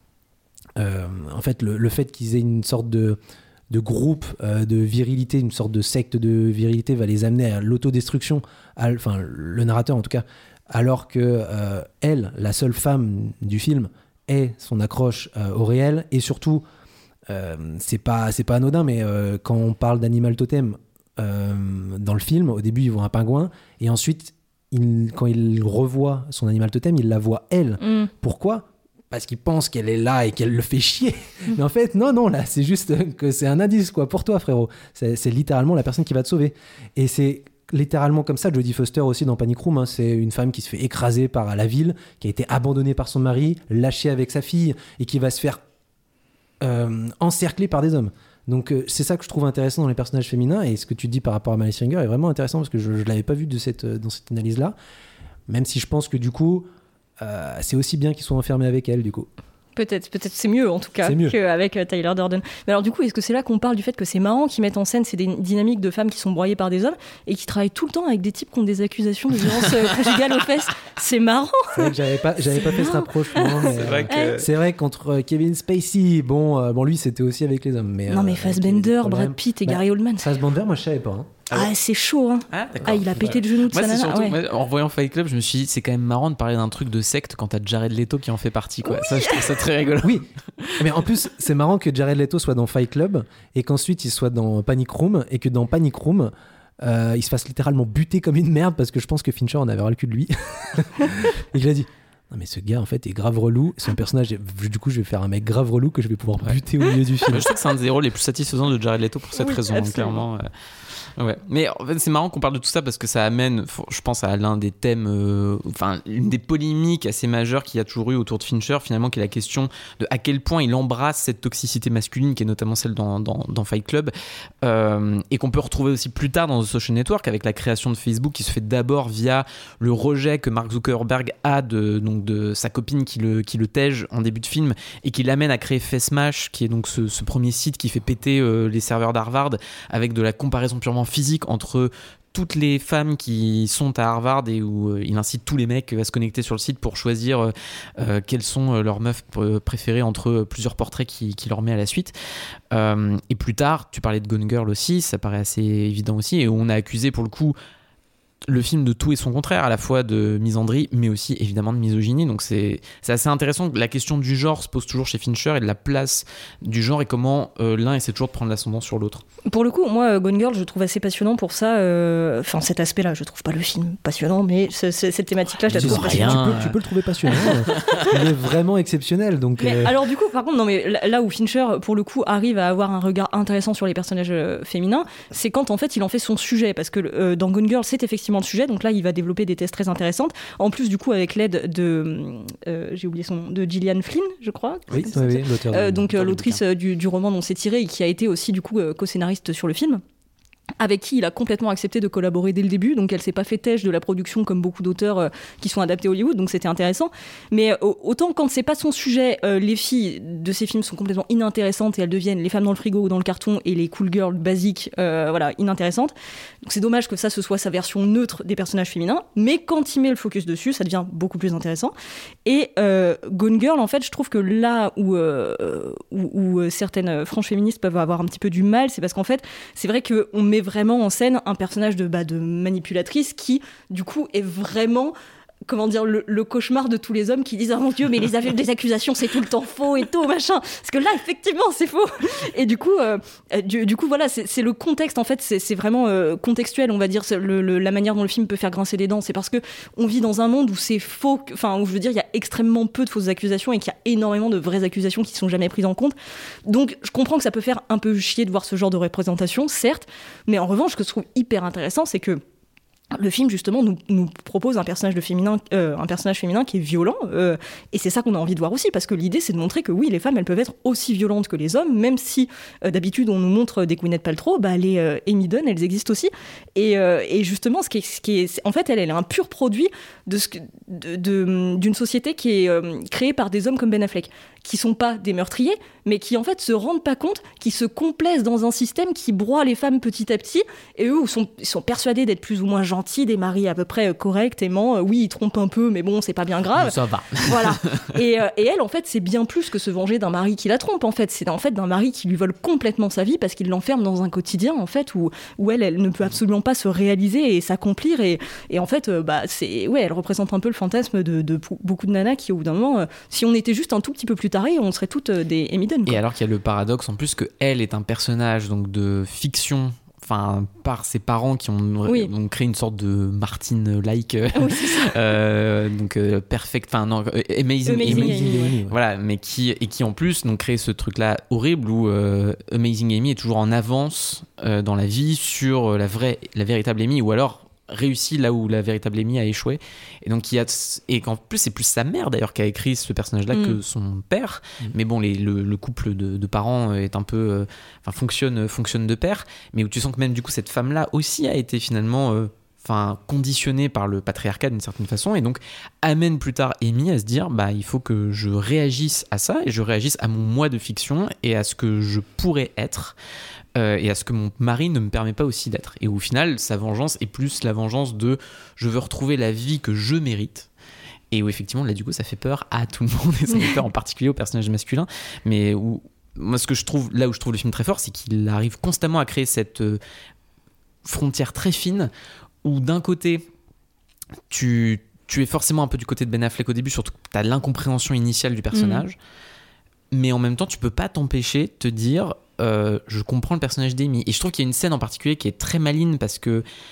En fait, le fait qu'ils aient une sorte de groupe de virilité, une sorte de secte de virilité, va les amener à l'autodestruction, le narrateur en tout cas, alors que elle, la seule femme du film, est son accroche au réel. Et surtout, c'est pas anodin, mais quand on parle d'animal totem dans le film, au début il voit un pingouin, et ensuite quand il revoit son animal totem, il la voit elle. Pourquoi ? Parce qu'il pense qu'elle est là et qu'elle le fait chier. Mais en fait, non, là, c'est juste que c'est un indice, quoi, pour toi, frérot. C'est littéralement la personne qui va te sauver. Et c'est littéralement comme ça, Jodie Foster aussi dans Panic Room, c'est une femme qui se fait écraser par la ville, qui a été abandonnée par son mari, lâchée avec sa fille, et qui va se faire encercler par des hommes. Donc c'est ça que je trouve intéressant dans les personnages féminins, et ce que tu dis par rapport à Malice Singer est vraiment intéressant, parce que je ne l'avais pas vu dans cette analyse-là, même si je pense que du coup, c'est aussi bien qu'ils soient enfermés avec elle, du coup. Peut-être c'est mieux en tout cas qu'avec Tyler Durden. Mais alors du coup, est-ce que c'est là qu'on parle du fait que c'est marrant qu'ils mettent en scène ces dynamiques de femmes qui sont broyées par des hommes et qui travaillent tout le temps avec des types qui ont des accusations de violence conjugale aux fesses? C'est marrant. C'est vrai que j'avais pas fait ce rapprochement. Mais c'est vrai qu'entre Kevin Spacey, bon lui c'était aussi avec les hommes. Mais, non mais Fassbender, Brad Pitt et Gary Oldman. Fassbender, moi je savais pas. C'est chaud, hein. Il a pété le genou de sa nana. Surtout, moi, en revoyant Fight Club, je me suis dit, c'est quand même marrant de parler d'un truc de secte quand t'as Jared Leto qui en fait partie, quoi. Oui. Ça, je trouve ça très rigolo. Oui, mais en plus, c'est marrant que Jared Leto soit dans Fight Club et qu'ensuite il soit dans Panic Room, et que dans Panic Room, il se fasse littéralement buter comme une merde, parce que je pense que Fincher en avait ras le cul de lui. Et il a dit, non mais ce gars en fait est grave relou, c'est un personnage, du coup je vais faire un mec grave relou que je vais pouvoir buter au milieu du film. Je sais que c'est un des rôles les plus satisfaisants de Jared Leto pour cette raison, clairement. Ouais. Mais en fait, c'est marrant qu'on parle de tout ça parce que ça amène, je pense, à l'un des thèmes, une des polémiques assez majeures qu'il y a toujours eu autour de Fincher, finalement, qui est la question de à quel point il embrasse cette toxicité masculine, qui est notamment celle dans Fight Club, et qu'on peut retrouver aussi plus tard dans The Social Network avec la création de Facebook, qui se fait d'abord via le rejet que Mark Zuckerberg a de sa copine qui le tège en début de film et qui l'amène à créer FaceMash, qui est donc ce premier site qui fait péter les serveurs d'Harvard avec de la comparaison purement physique entre toutes les femmes qui sont à Harvard et où il incite tous les mecs à se connecter sur le site pour choisir quelles sont leurs meufs préférées entre plusieurs portraits qu'il leur met à la suite. Et plus tard, tu parlais de Gone Girl aussi, ça paraît assez évident aussi, et où on a accusé pour le coup le film de tout et son contraire, à la fois de misandrie mais aussi évidemment de misogynie. Donc c'est assez intéressant. La question du genre se pose toujours chez Fincher et de la place du genre et comment l'un essaie toujours de prendre l'ascendant sur l'autre. Pour le coup, moi Gone Girl je trouve assez passionnant pour ça, cet aspect là, je trouve pas le film passionnant mais cette thématique là je la trouve passionnante. Tu peux le trouver passionnant. Il est vraiment exceptionnel donc, mais alors du coup par contre non mais là où Fincher pour le coup arrive à avoir un regard intéressant sur les personnages féminins, c'est quand en fait il en fait son sujet, parce que dans Gone Girl c'est effectivement le sujet, donc là il va développer des thèses très intéressantes, en plus du coup avec l'aide de j'ai oublié son nom, de Gillian Flynn je crois, oui, l'auteur donc l'autrice du roman dont c'est tiré et qui a été aussi du coup co-scénariste sur le film, avec qui il a complètement accepté de collaborer dès le début, donc elle s'est pas fait têche de la production comme beaucoup d'auteurs qui sont adaptés à Hollywood, donc c'était intéressant. Mais autant quand c'est pas son sujet, les filles de ces films sont complètement inintéressantes et elles deviennent les femmes dans le frigo ou dans le carton et les cool girls basiques, inintéressantes. Donc c'est dommage que ça ce soit sa version neutre des personnages féminins, mais quand il met le focus dessus, ça devient beaucoup plus intéressant. Et Gone Girl, en fait, je trouve que là où certaines franges féministes peuvent avoir un petit peu du mal, c'est parce qu'en fait, c'est vrai qu'on met vraiment en scène un personnage de manipulatrice qui, du coup, est vraiment... comment dire, le cauchemar de tous les hommes qui disent « Oh mon Dieu, mais les accusations, c'est tout le temps faux et tout, machin !» Parce que là, effectivement, c'est faux. Et du coup, voilà, c'est le contexte, en fait, c'est vraiment contextuel, on va dire, la manière dont le film peut faire grincer des dents. C'est parce qu'on vit dans un monde où c'est faux, où je veux dire, il y a extrêmement peu de fausses accusations et qu'il y a énormément de vraies accusations qui ne sont jamais prises en compte. Donc, je comprends que ça peut faire un peu chier de voir ce genre de représentation, certes, mais en revanche, ce que je trouve hyper intéressant, c'est que le film justement nous propose un personnage féminin qui est violent, et c'est ça qu'on a envie de voir aussi, parce que l'idée c'est de montrer que oui, les femmes elles peuvent être aussi violentes que les hommes, même si d'habitude on nous montre des Gwyneth Paltrow, les Amy Dunn elles existent aussi, et justement ce qui est en fait elle est un pur produit d'une société qui est créée par des hommes comme Ben Affleck, qui sont pas des meurtriers, mais qui en fait se rendent pas compte, qui se complaisent dans un système qui broie les femmes petit à petit, et eux ils sont persuadés d'être plus ou moins gentils, des maris à peu près corrects, aimants, oui ils trompent un peu mais bon c'est pas bien grave, mais ça va. Voilà. Et elle en fait c'est bien plus que se venger d'un mari qui la trompe, en fait c'est en fait d'un mari qui lui vole complètement sa vie parce qu'il l'enferme dans un quotidien en fait où elle ne peut absolument pas se réaliser et s'accomplir, et en fait elle représente un peu le fantasme de beaucoup de nanas qui au bout d'un moment si on était juste un tout petit peu plus tarés on serait toutes des Amy Dunn, quoi. Et alors qu'il y a le paradoxe en plus que elle est un personnage donc de fiction, par ses parents qui ont créé une sorte de Martine-like, perfect, Amazing Amy. Voilà, mais qui en plus donc crée ce truc-là horrible où Amazing Amy est toujours en avance dans la vie sur la véritable Amy, ou alors réussit là où la véritable Amy a échoué, et donc et qu'en plus c'est plus sa mère d'ailleurs qui a écrit ce personnage là que son père, mais bon le couple de parents est un peu fonctionne de pair, mais où tu sens que même du coup cette femme là aussi a été finalement conditionnée par le patriarcat d'une certaine façon, et donc amène plus tard Amy à se dire il faut que je réagisse à ça, et je réagisse à mon moi de fiction et à ce que je pourrais être, et à ce que mon mari ne me permet pas aussi d'être, et au final sa vengeance est plus la vengeance de je veux retrouver la vie que je mérite, et où effectivement là du coup ça fait peur à tout le monde, et ça fait peur en particulier aux personnages masculins, mais où moi ce que je trouve le film très fort, c'est qu'il arrive constamment à créer cette frontière très fine où d'un côté tu es forcément un peu du côté de Ben Affleck au début, surtout que tu as l'incompréhension initiale du personnage, mais en même temps tu peux pas t'empêcher de te dire je comprends le personnage d'Amy. Et je trouve qu'il y a une scène en particulier qui est très maligne, parce que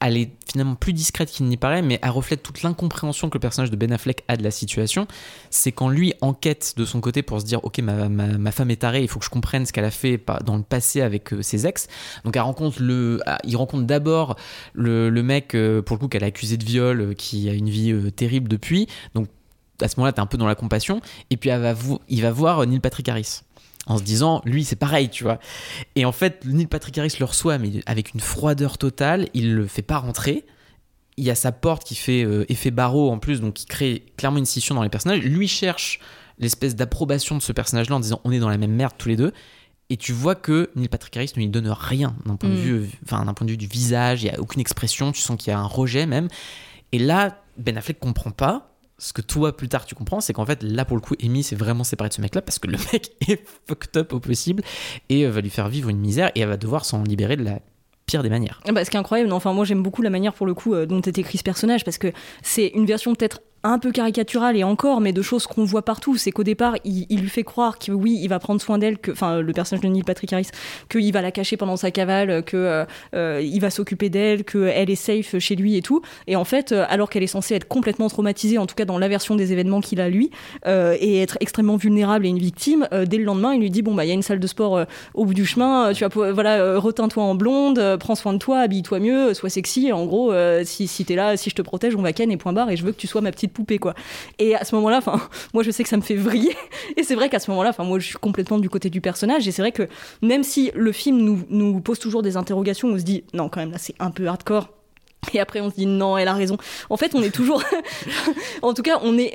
elle est finalement plus discrète qu'il n'y paraît, mais elle reflète toute l'incompréhension que le personnage de Ben Affleck a de la situation. C'est quand lui enquête de son côté pour se dire ok, ma femme est tarée, il faut que je comprenne ce qu'elle a fait dans le passé avec ses ex. Donc il rencontre d'abord le mec pour le coup qu'elle a accusé de viol, qui a une vie terrible depuis. Donc à ce moment-là t'es un peu dans la compassion, et puis il va voir Neil Patrick Harris en se disant lui c'est pareil, tu vois. Et en fait Neil Patrick Harris le reçoit mais avec une froideur totale, il le fait pas rentrer. Il y a sa porte qui fait effet barreau en plus, donc qui crée clairement une scission dans les personnages. Lui cherche l'espèce d'approbation de ce personnage-là en disant on est dans la même merde tous les deux. Et tu vois que Neil Patrick Harris ne lui donne rien d'un point de vue du visage, il n'y a aucune expression, tu sens qu'il y a un rejet même. Et là, Ben Affleck comprend pas. Ce que toi, plus tard, tu comprends, c'est qu'en fait, là, pour le coup, Amy s'est vraiment séparée de ce mec-là parce que le mec est fucked up au possible et va lui faire vivre une misère et elle va devoir s'en libérer de la pire des manières. Ce qui est incroyable, enfin, moi, j'aime beaucoup la manière, pour le coup, dont est écrit ce personnage parce que c'est une version peut-être un peu caricaturale et encore, mais de choses qu'on voit partout. C'est qu'au départ, il lui fait croire que oui, il va prendre soin d'elle, enfin le personnage de Neil Patrick Harris, qu'il va la cacher pendant sa cavale, que il va s'occuper d'elle, qu'elle est safe chez lui et tout. Et en fait, alors qu'elle est censée être complètement traumatisée, en tout cas dans la version des événements qu'il a lui, et être extrêmement vulnérable et une victime, dès le lendemain, il lui dit bon bah il y a une salle de sport au bout du chemin, tu vas reteins-toi en blonde, prends soin de toi, habille-toi mieux, sois sexy. En gros, si t'es là, si je te protège, on va ken et point barre. Et je veux que tu sois ma petite poupée, quoi. Et à ce moment-là, moi je sais que ça me fait vriller, et c'est vrai qu'à ce moment-là, moi je suis complètement du côté du personnage, et c'est vrai que même si le film nous pose toujours des interrogations, on se dit non quand même là c'est un peu hardcore, et après on se dit non, elle a raison. En fait on est toujours en tout cas on est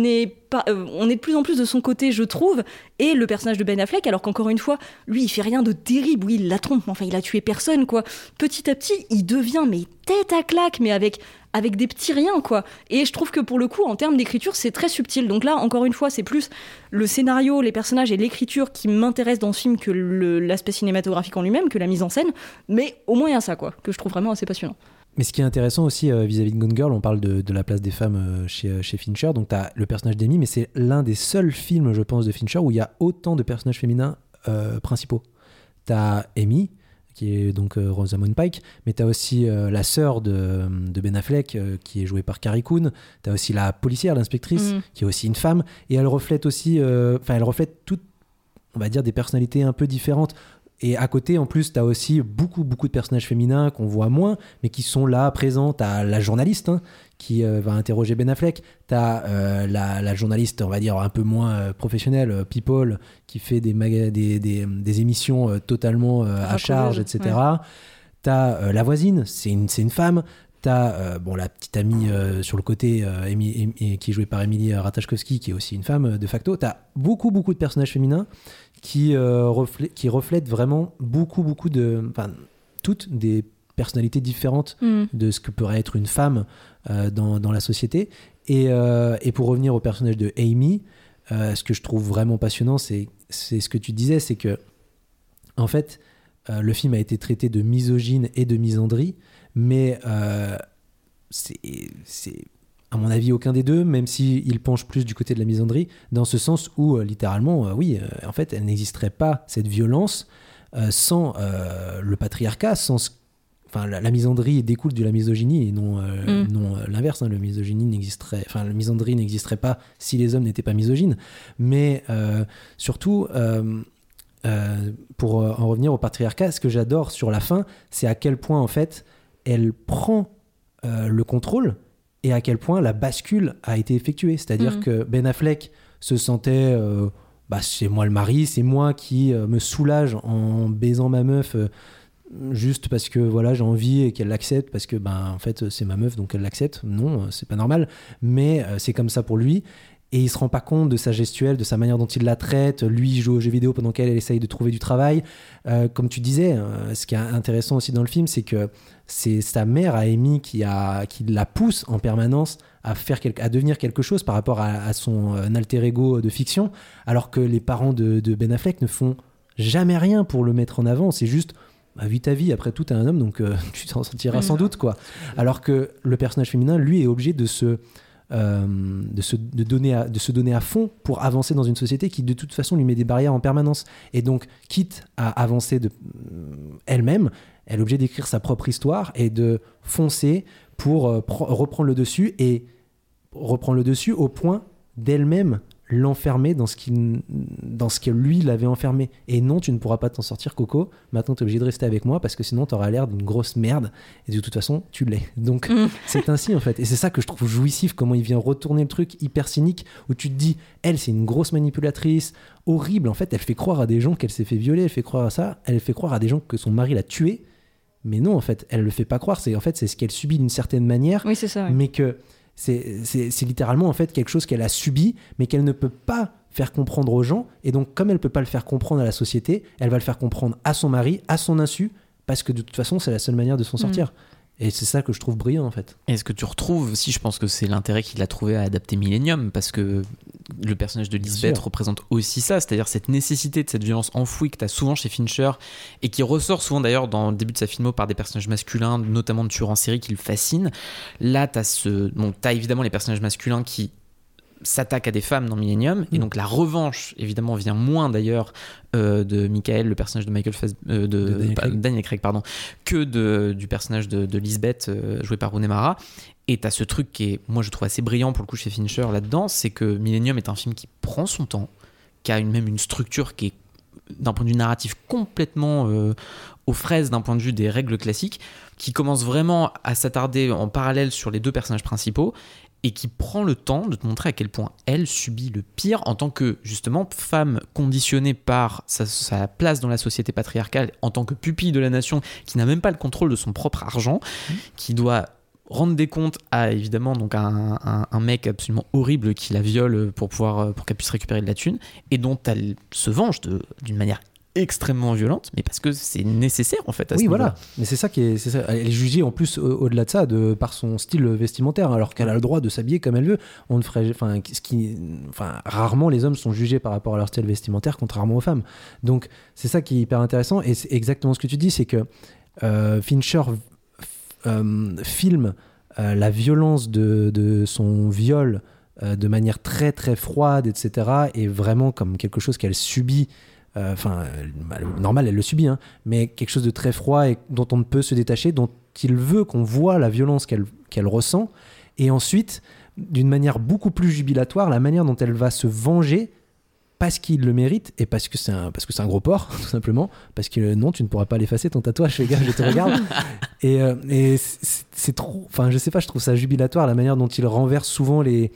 de plus en plus de son côté, je trouve. Et le personnage de Ben Affleck, alors qu'encore une fois lui il fait rien de terrible, oui il la trompe, mais enfin il a tué personne, quoi. Petit à petit il devient mais tête à claque, mais avec des petits riens, quoi. Et je trouve que pour le coup en termes d'écriture c'est très subtil. Donc là encore une fois c'est plus le scénario, les personnages et l'écriture qui m'intéressent dans ce film que l'aspect cinématographique en lui-même, que la mise en scène. Mais au moins il y a ça, quoi, que je trouve vraiment assez passionnant. Mais ce qui est intéressant aussi vis-à-vis de Gone Girl, on parle de la place des femmes chez Fincher. Donc tu as le personnage d'Amy, mais c'est l'un des seuls films, je pense, de Fincher où il y a autant de personnages féminins principaux. Tu as Amy, qui est donc Rosamund Pike, mais tu as aussi la sœur de Ben Affleck, qui est jouée par Carrie Coon. Tu as aussi la policière, l'inspectrice, qui est aussi une femme. Et elle reflète aussi, elle reflète toutes, on va dire, des personnalités un peu différentes. Et à côté, en plus, t'as aussi beaucoup de personnages féminins qu'on voit moins, mais qui sont là, présents. T'as la journaliste qui va interroger Ben Affleck. T'as la journaliste, on va dire, un peu moins professionnelle, People, qui fait des émissions totalement à charge, etc. Ouais. T'as la voisine, c'est une femme. T'as la petite amie sur le côté, qui est jouée par Emily Ratajkowski, qui est aussi une femme de facto. T'as beaucoup de personnages féminins qui reflètent vraiment beaucoup toutes des personnalités différentes de ce que pourrait être une femme dans la société. Et pour revenir au personnage de Amy, ce que je trouve vraiment passionnant, c'est ce que tu disais, c'est que en fait, le film a été traité de misogyne et de misandrie, mais c'est à mon avis aucun des deux, même s'il penche plus du côté de la misandrie, dans ce sens où littéralement, en fait, elle n'existerait pas, cette violence, sans le patriarcat, la misandrie découle de la misogynie et non l'inverse. Le misandrie n'existerait pas si les hommes n'étaient pas misogynes. Mais surtout, pour en revenir au patriarcat, ce que j'adore sur la fin, c'est à quel point en fait elle prend le contrôle et à quel point la bascule a été effectuée. C'est-à-dire que Ben Affleck se sentait c'est moi le mari, c'est moi qui me soulage en baisant ma meuf juste parce que voilà, j'ai envie et qu'elle l'accepte parce que en fait c'est ma meuf donc elle l'accepte. Non, c'est pas normal, mais c'est comme ça pour lui. Et il se rend pas compte de sa gestuelle, de sa manière dont il la traite. Lui, il joue aux jeux vidéo pendant qu'elle essaye de trouver du travail. Comme tu disais, ce qui est intéressant aussi dans le film, c'est que c'est sa mère, à Amy, qui la pousse en permanence à devenir quelque chose par rapport à son alter ego de fiction, alors que les parents de Ben Affleck ne font jamais rien pour le mettre en avant. C'est juste, vis ta vie, après tout, t'es un homme, donc tu t'en sortiras sans doute, quoi. Alors que le personnage féminin, lui, est obligé de se de se donner à fond pour avancer dans une société qui de toute façon lui met des barrières en permanence. Et donc, quitte à avancer elle-même, elle est obligée d'écrire sa propre histoire et de foncer pour reprendre le dessus au point d'elle-même l'enfermer dans ce que lui l'avait enfermé. Et non, tu ne pourras pas t'en sortir, Coco. Maintenant, tu es obligé de rester avec moi parce que sinon, tu auras l'air d'une grosse merde. Et de toute façon, tu l'es. Donc, c'est ainsi, en fait. Et c'est ça que je trouve jouissif, comment il vient retourner le truc hyper cynique, où tu te dis, elle, c'est une grosse manipulatrice, horrible. En fait, elle fait croire à des gens qu'elle s'est fait violer, elle fait croire à ça, elle fait croire à des gens que son mari l'a tuée. Mais non, en fait, elle le fait pas croire. C'est ce qu'elle subit d'une certaine manière. Oui, c'est ça. Ouais. Mais que c'est littéralement en fait quelque chose qu'elle a subi, mais qu'elle ne peut pas faire comprendre aux gens. Et donc, comme elle peut pas le faire comprendre à la société, elle va le faire comprendre à son mari, à son insu, parce que de toute façon, c'est la seule manière de s'en sortir. Et c'est ça que je trouve brillant, en fait. Et est-ce que tu retrouves aussi, je pense que c'est l'intérêt qu'il a trouvé à adapter Millennium, parce que le personnage de Lisbeth représente aussi ça, c'est-à-dire cette nécessité de cette violence enfouie que tu as souvent chez Fincher, et qui ressort souvent d'ailleurs dans le début de sa filmo par des personnages masculins, notamment de tueurs en série qui le fascinent. Là, t'as évidemment les personnages masculins qui s'attaque à des femmes dans Millennium, et donc la revanche évidemment vient moins d'ailleurs de Michael, le personnage de Daniel Craig, que du personnage de Lisbeth joué par Rooney Mara. Et t'as ce truc qui est, moi je trouve assez brillant pour le coup chez Fincher là-dedans, c'est que Millennium est un film qui prend son temps, qui a même une structure qui est d'un point de vue narratif complètement aux fraises d'un point de vue des règles classiques, qui commence vraiment à s'attarder en parallèle sur les deux personnages principaux, et qui prend le temps de te montrer à quel point elle subit le pire en tant que, justement, femme conditionnée par sa place dans la société patriarcale, en tant que pupille de la nation, qui n'a même pas le contrôle de son propre argent, qui doit rendre des comptes à, évidemment, donc un mec absolument horrible qui la viole pour qu'elle puisse récupérer de la thune, et dont elle se venge d'une manière extrêmement violente, mais parce que c'est nécessaire en fait à ce niveau-là. Voilà, mais c'est ça. Elle est jugée en plus au-delà de ça par son style vestimentaire, alors qu'elle a le droit de s'habiller comme elle veut. On ne ferait, rarement les hommes sont jugés par rapport à leur style vestimentaire, contrairement aux femmes. Donc c'est ça qui est hyper intéressant, et c'est exactement ce que tu dis, c'est que Fincher filme la violence de son viol de manière très très froide, etc., et vraiment comme quelque chose qu'elle subit. Normal, elle le subit, hein, mais quelque chose de très froid et dont on ne peut se détacher, dont il veut qu'on voit la violence qu'elle ressent, et ensuite, d'une manière beaucoup plus jubilatoire, la manière dont elle va se venger parce qu'il le mérite et parce que c'est un gros porc, tout simplement, parce que non, tu ne pourras pas l'effacer ton tatouage, fais gaffe, je te regarde. Et c'est trop, je sais pas, je trouve ça jubilatoire la manière dont il renverse souvent les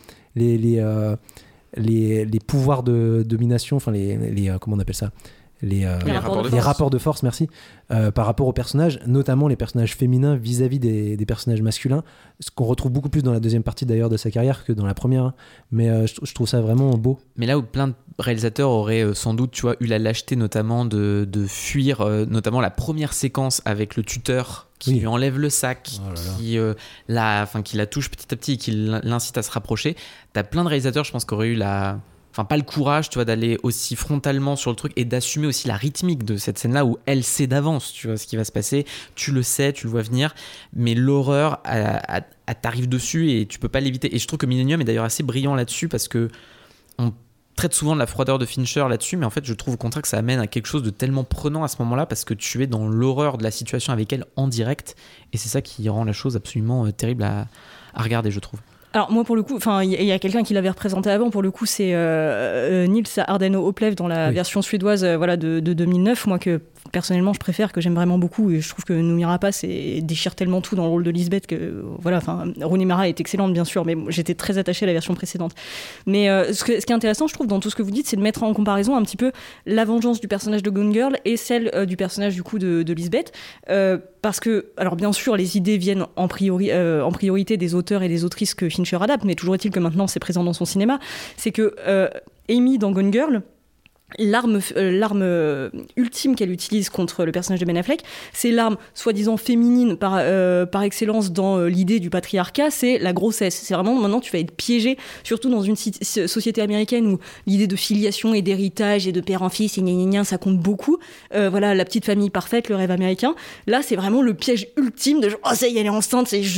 pouvoirs de domination, comment on appelle ça, les rapports de force, merci, par rapport aux personnages, notamment les personnages féminins vis-à-vis des personnages masculins, ce qu'on retrouve beaucoup plus dans la deuxième partie d'ailleurs de sa carrière que dans la première, hein. Mais je trouve ça vraiment beau. Mais là où plein de réalisateurs auraient sans doute, tu vois, eu la lâcheté notamment de fuir notamment la première séquence avec le tuteur qui lui enlève le sac, qui la touche petit à petit et qui l'incite à se rapprocher. T'as plein de réalisateurs, je pense, qui auraient eu pas le courage, tu vois, d'aller aussi frontalement sur le truc et d'assumer aussi la rythmique de cette scène-là où elle sait d'avance, tu vois, ce qui va se passer. Tu le sais, tu le vois venir, mais l'horreur, elle t'arrive dessus et tu peux pas l'éviter. Et je trouve que Millennium est d'ailleurs assez brillant là-dessus parce que on traite souvent de la froideur de Fincher là-dessus, mais en fait je trouve au contraire que ça amène à quelque chose de tellement prenant à ce moment-là parce que tu es dans l'horreur de la situation avec elle en direct, et c'est ça qui rend la chose absolument terrible à regarder, je trouve. Alors moi pour le coup, il y a quelqu'un qui l'avait représenté avant, pour le coup c'est Nils Ardeno Oplev dans la version suédoise de 2009, moi que personnellement je préfère, que j'aime vraiment beaucoup, et je trouve que Noomi Rapace déchire tellement tout dans le rôle de Lisbeth que Rooney Mara est excellente bien sûr, mais j'étais très attachée à la version précédente. Mais ce qui est intéressant je trouve dans tout ce que vous dites, c'est de mettre en comparaison un petit peu la vengeance du personnage de Gone Girl et celle du personnage du coup de Lisbeth, parce que alors bien sûr les idées viennent en priorité des auteurs et des autrices que Fincher adapte, mais toujours est-il que maintenant c'est présent dans son cinéma. C'est que Amy dans Gone Girl, l'arme ultime qu'elle utilise contre le personnage de Ben Affleck, c'est l'arme soi-disant féminine par excellence dans l'idée du patriarcat, c'est la grossesse. C'est vraiment, maintenant tu vas être piégé, surtout dans une société américaine où l'idée de filiation et d'héritage et de père en fils et gna gna gna, ça compte beaucoup. La petite famille parfaite, le rêve américain. Là c'est vraiment le piège ultime de genre, oh ça y est, elle est enceinte, je suis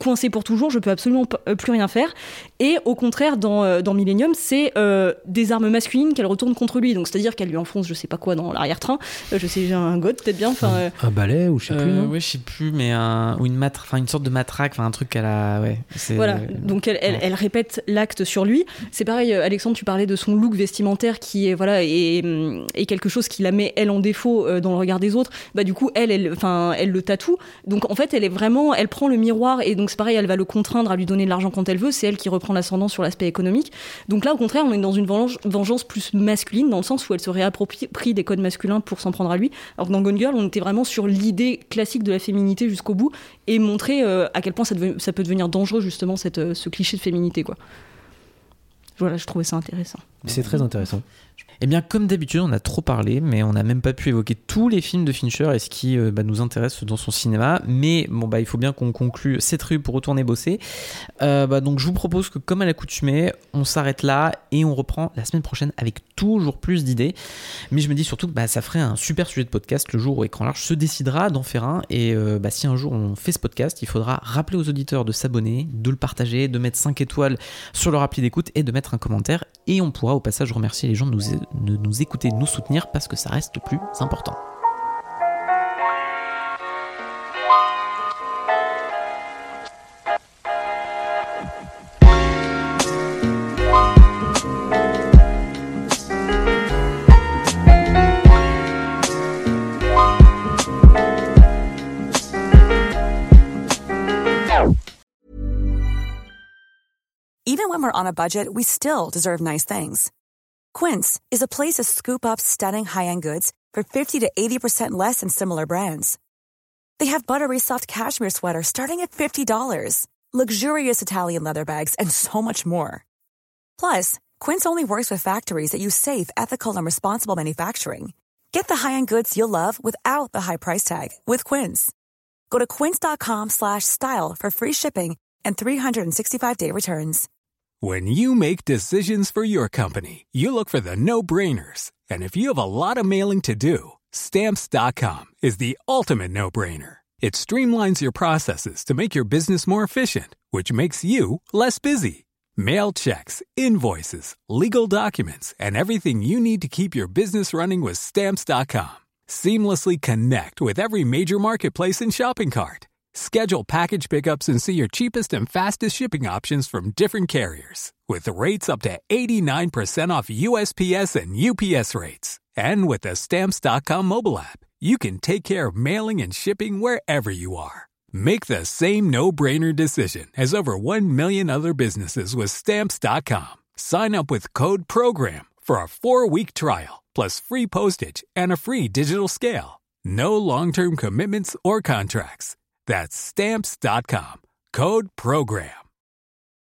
coincée pour toujours, je peux absolument plus rien faire. Et au contraire, dans Millennium, c'est des armes masculines qu'elle retourne contre lui. Donc c'est-à-dire qu'elle lui enfonce je sais pas quoi dans l'arrière-train. Je sais, j'ai un god peut-être bien. Un balai ou je sais plus, non ? Oui, je sais plus, mais une sorte de matraque, un truc qu'elle a. Ouais, voilà, donc elle répète l'acte sur lui. C'est pareil, Alexandre, tu parlais de son look vestimentaire qui est quelque chose qui la met elle en défaut dans le regard des autres. Bah du coup elle le tatoue. Donc en fait elle prend le miroir et donc c'est pareil, elle va le contraindre à lui donner de l'argent quand elle veut. C'est elle qui reprend l'ascendant sur l'aspect économique. Donc là au contraire on est dans une vengeance plus masculine dans le sens où elle se réapproprie des codes masculins pour s'en prendre à lui. Alors que dans Gone Girl on était vraiment sur l'idée classique de la féminité jusqu'au bout et montrer à quel point ça peut devenir dangereux justement ce cliché de féminité quoi. Voilà, je trouvais ça intéressant. C'est très intéressant. Eh bien, comme d'habitude, on a trop parlé, mais on n'a même pas pu évoquer tous les films de Fincher et ce qui nous intéresse dans son cinéma. Mais bon, il faut bien qu'on conclue cette rue pour retourner bosser. Donc, je vous propose que, comme à l'accoutumée, on s'arrête là et on reprend la semaine prochaine avec toujours plus d'idées. Mais je me dis surtout que ça ferait un super sujet de podcast le jour où Écran Large se décidera d'en faire un. Et si un jour on fait ce podcast, il faudra rappeler aux auditeurs de s'abonner, de le partager, de mettre 5 étoiles sur leur appli d'écoute et de mettre un commentaire. Et on pourra au passage remercier les gens de nous écouter, de nous soutenir parce que ça reste le plus important. Even when we're on a budget, we still deserve nice things. Quince is a place to scoop up stunning high-end goods for 50 to 80% less than similar brands. They have buttery soft cashmere sweaters starting at $50, luxurious Italian leather bags, and so much more. Plus, Quince only works with factories that use safe, ethical, and responsible manufacturing. Get the high-end goods you'll love without the high price tag with Quince. Go to quince.com/style for free shipping and 365-day returns. When you make decisions for your company, you look for the no-brainers. And if you have a lot of mailing to do, Stamps.com is the ultimate no-brainer. It streamlines your processes to make your business more efficient, which makes you less busy. Mail checks, invoices, legal documents, and everything you need to keep your business running with Stamps.com. Seamlessly connect with every major marketplace and shopping cart. Schedule package pickups and see your cheapest and fastest shipping options from different carriers. With rates up to 89% off USPS and UPS rates. And with the Stamps.com mobile app, you can take care of mailing and shipping wherever you are. Make the same no-brainer decision as over 1 million other businesses with Stamps.com. Sign up with code PROGRAM for a 4-week trial, plus free postage and a free digital scale. No long-term commitments or contracts. That's Stamps.com. Code PROGRAM.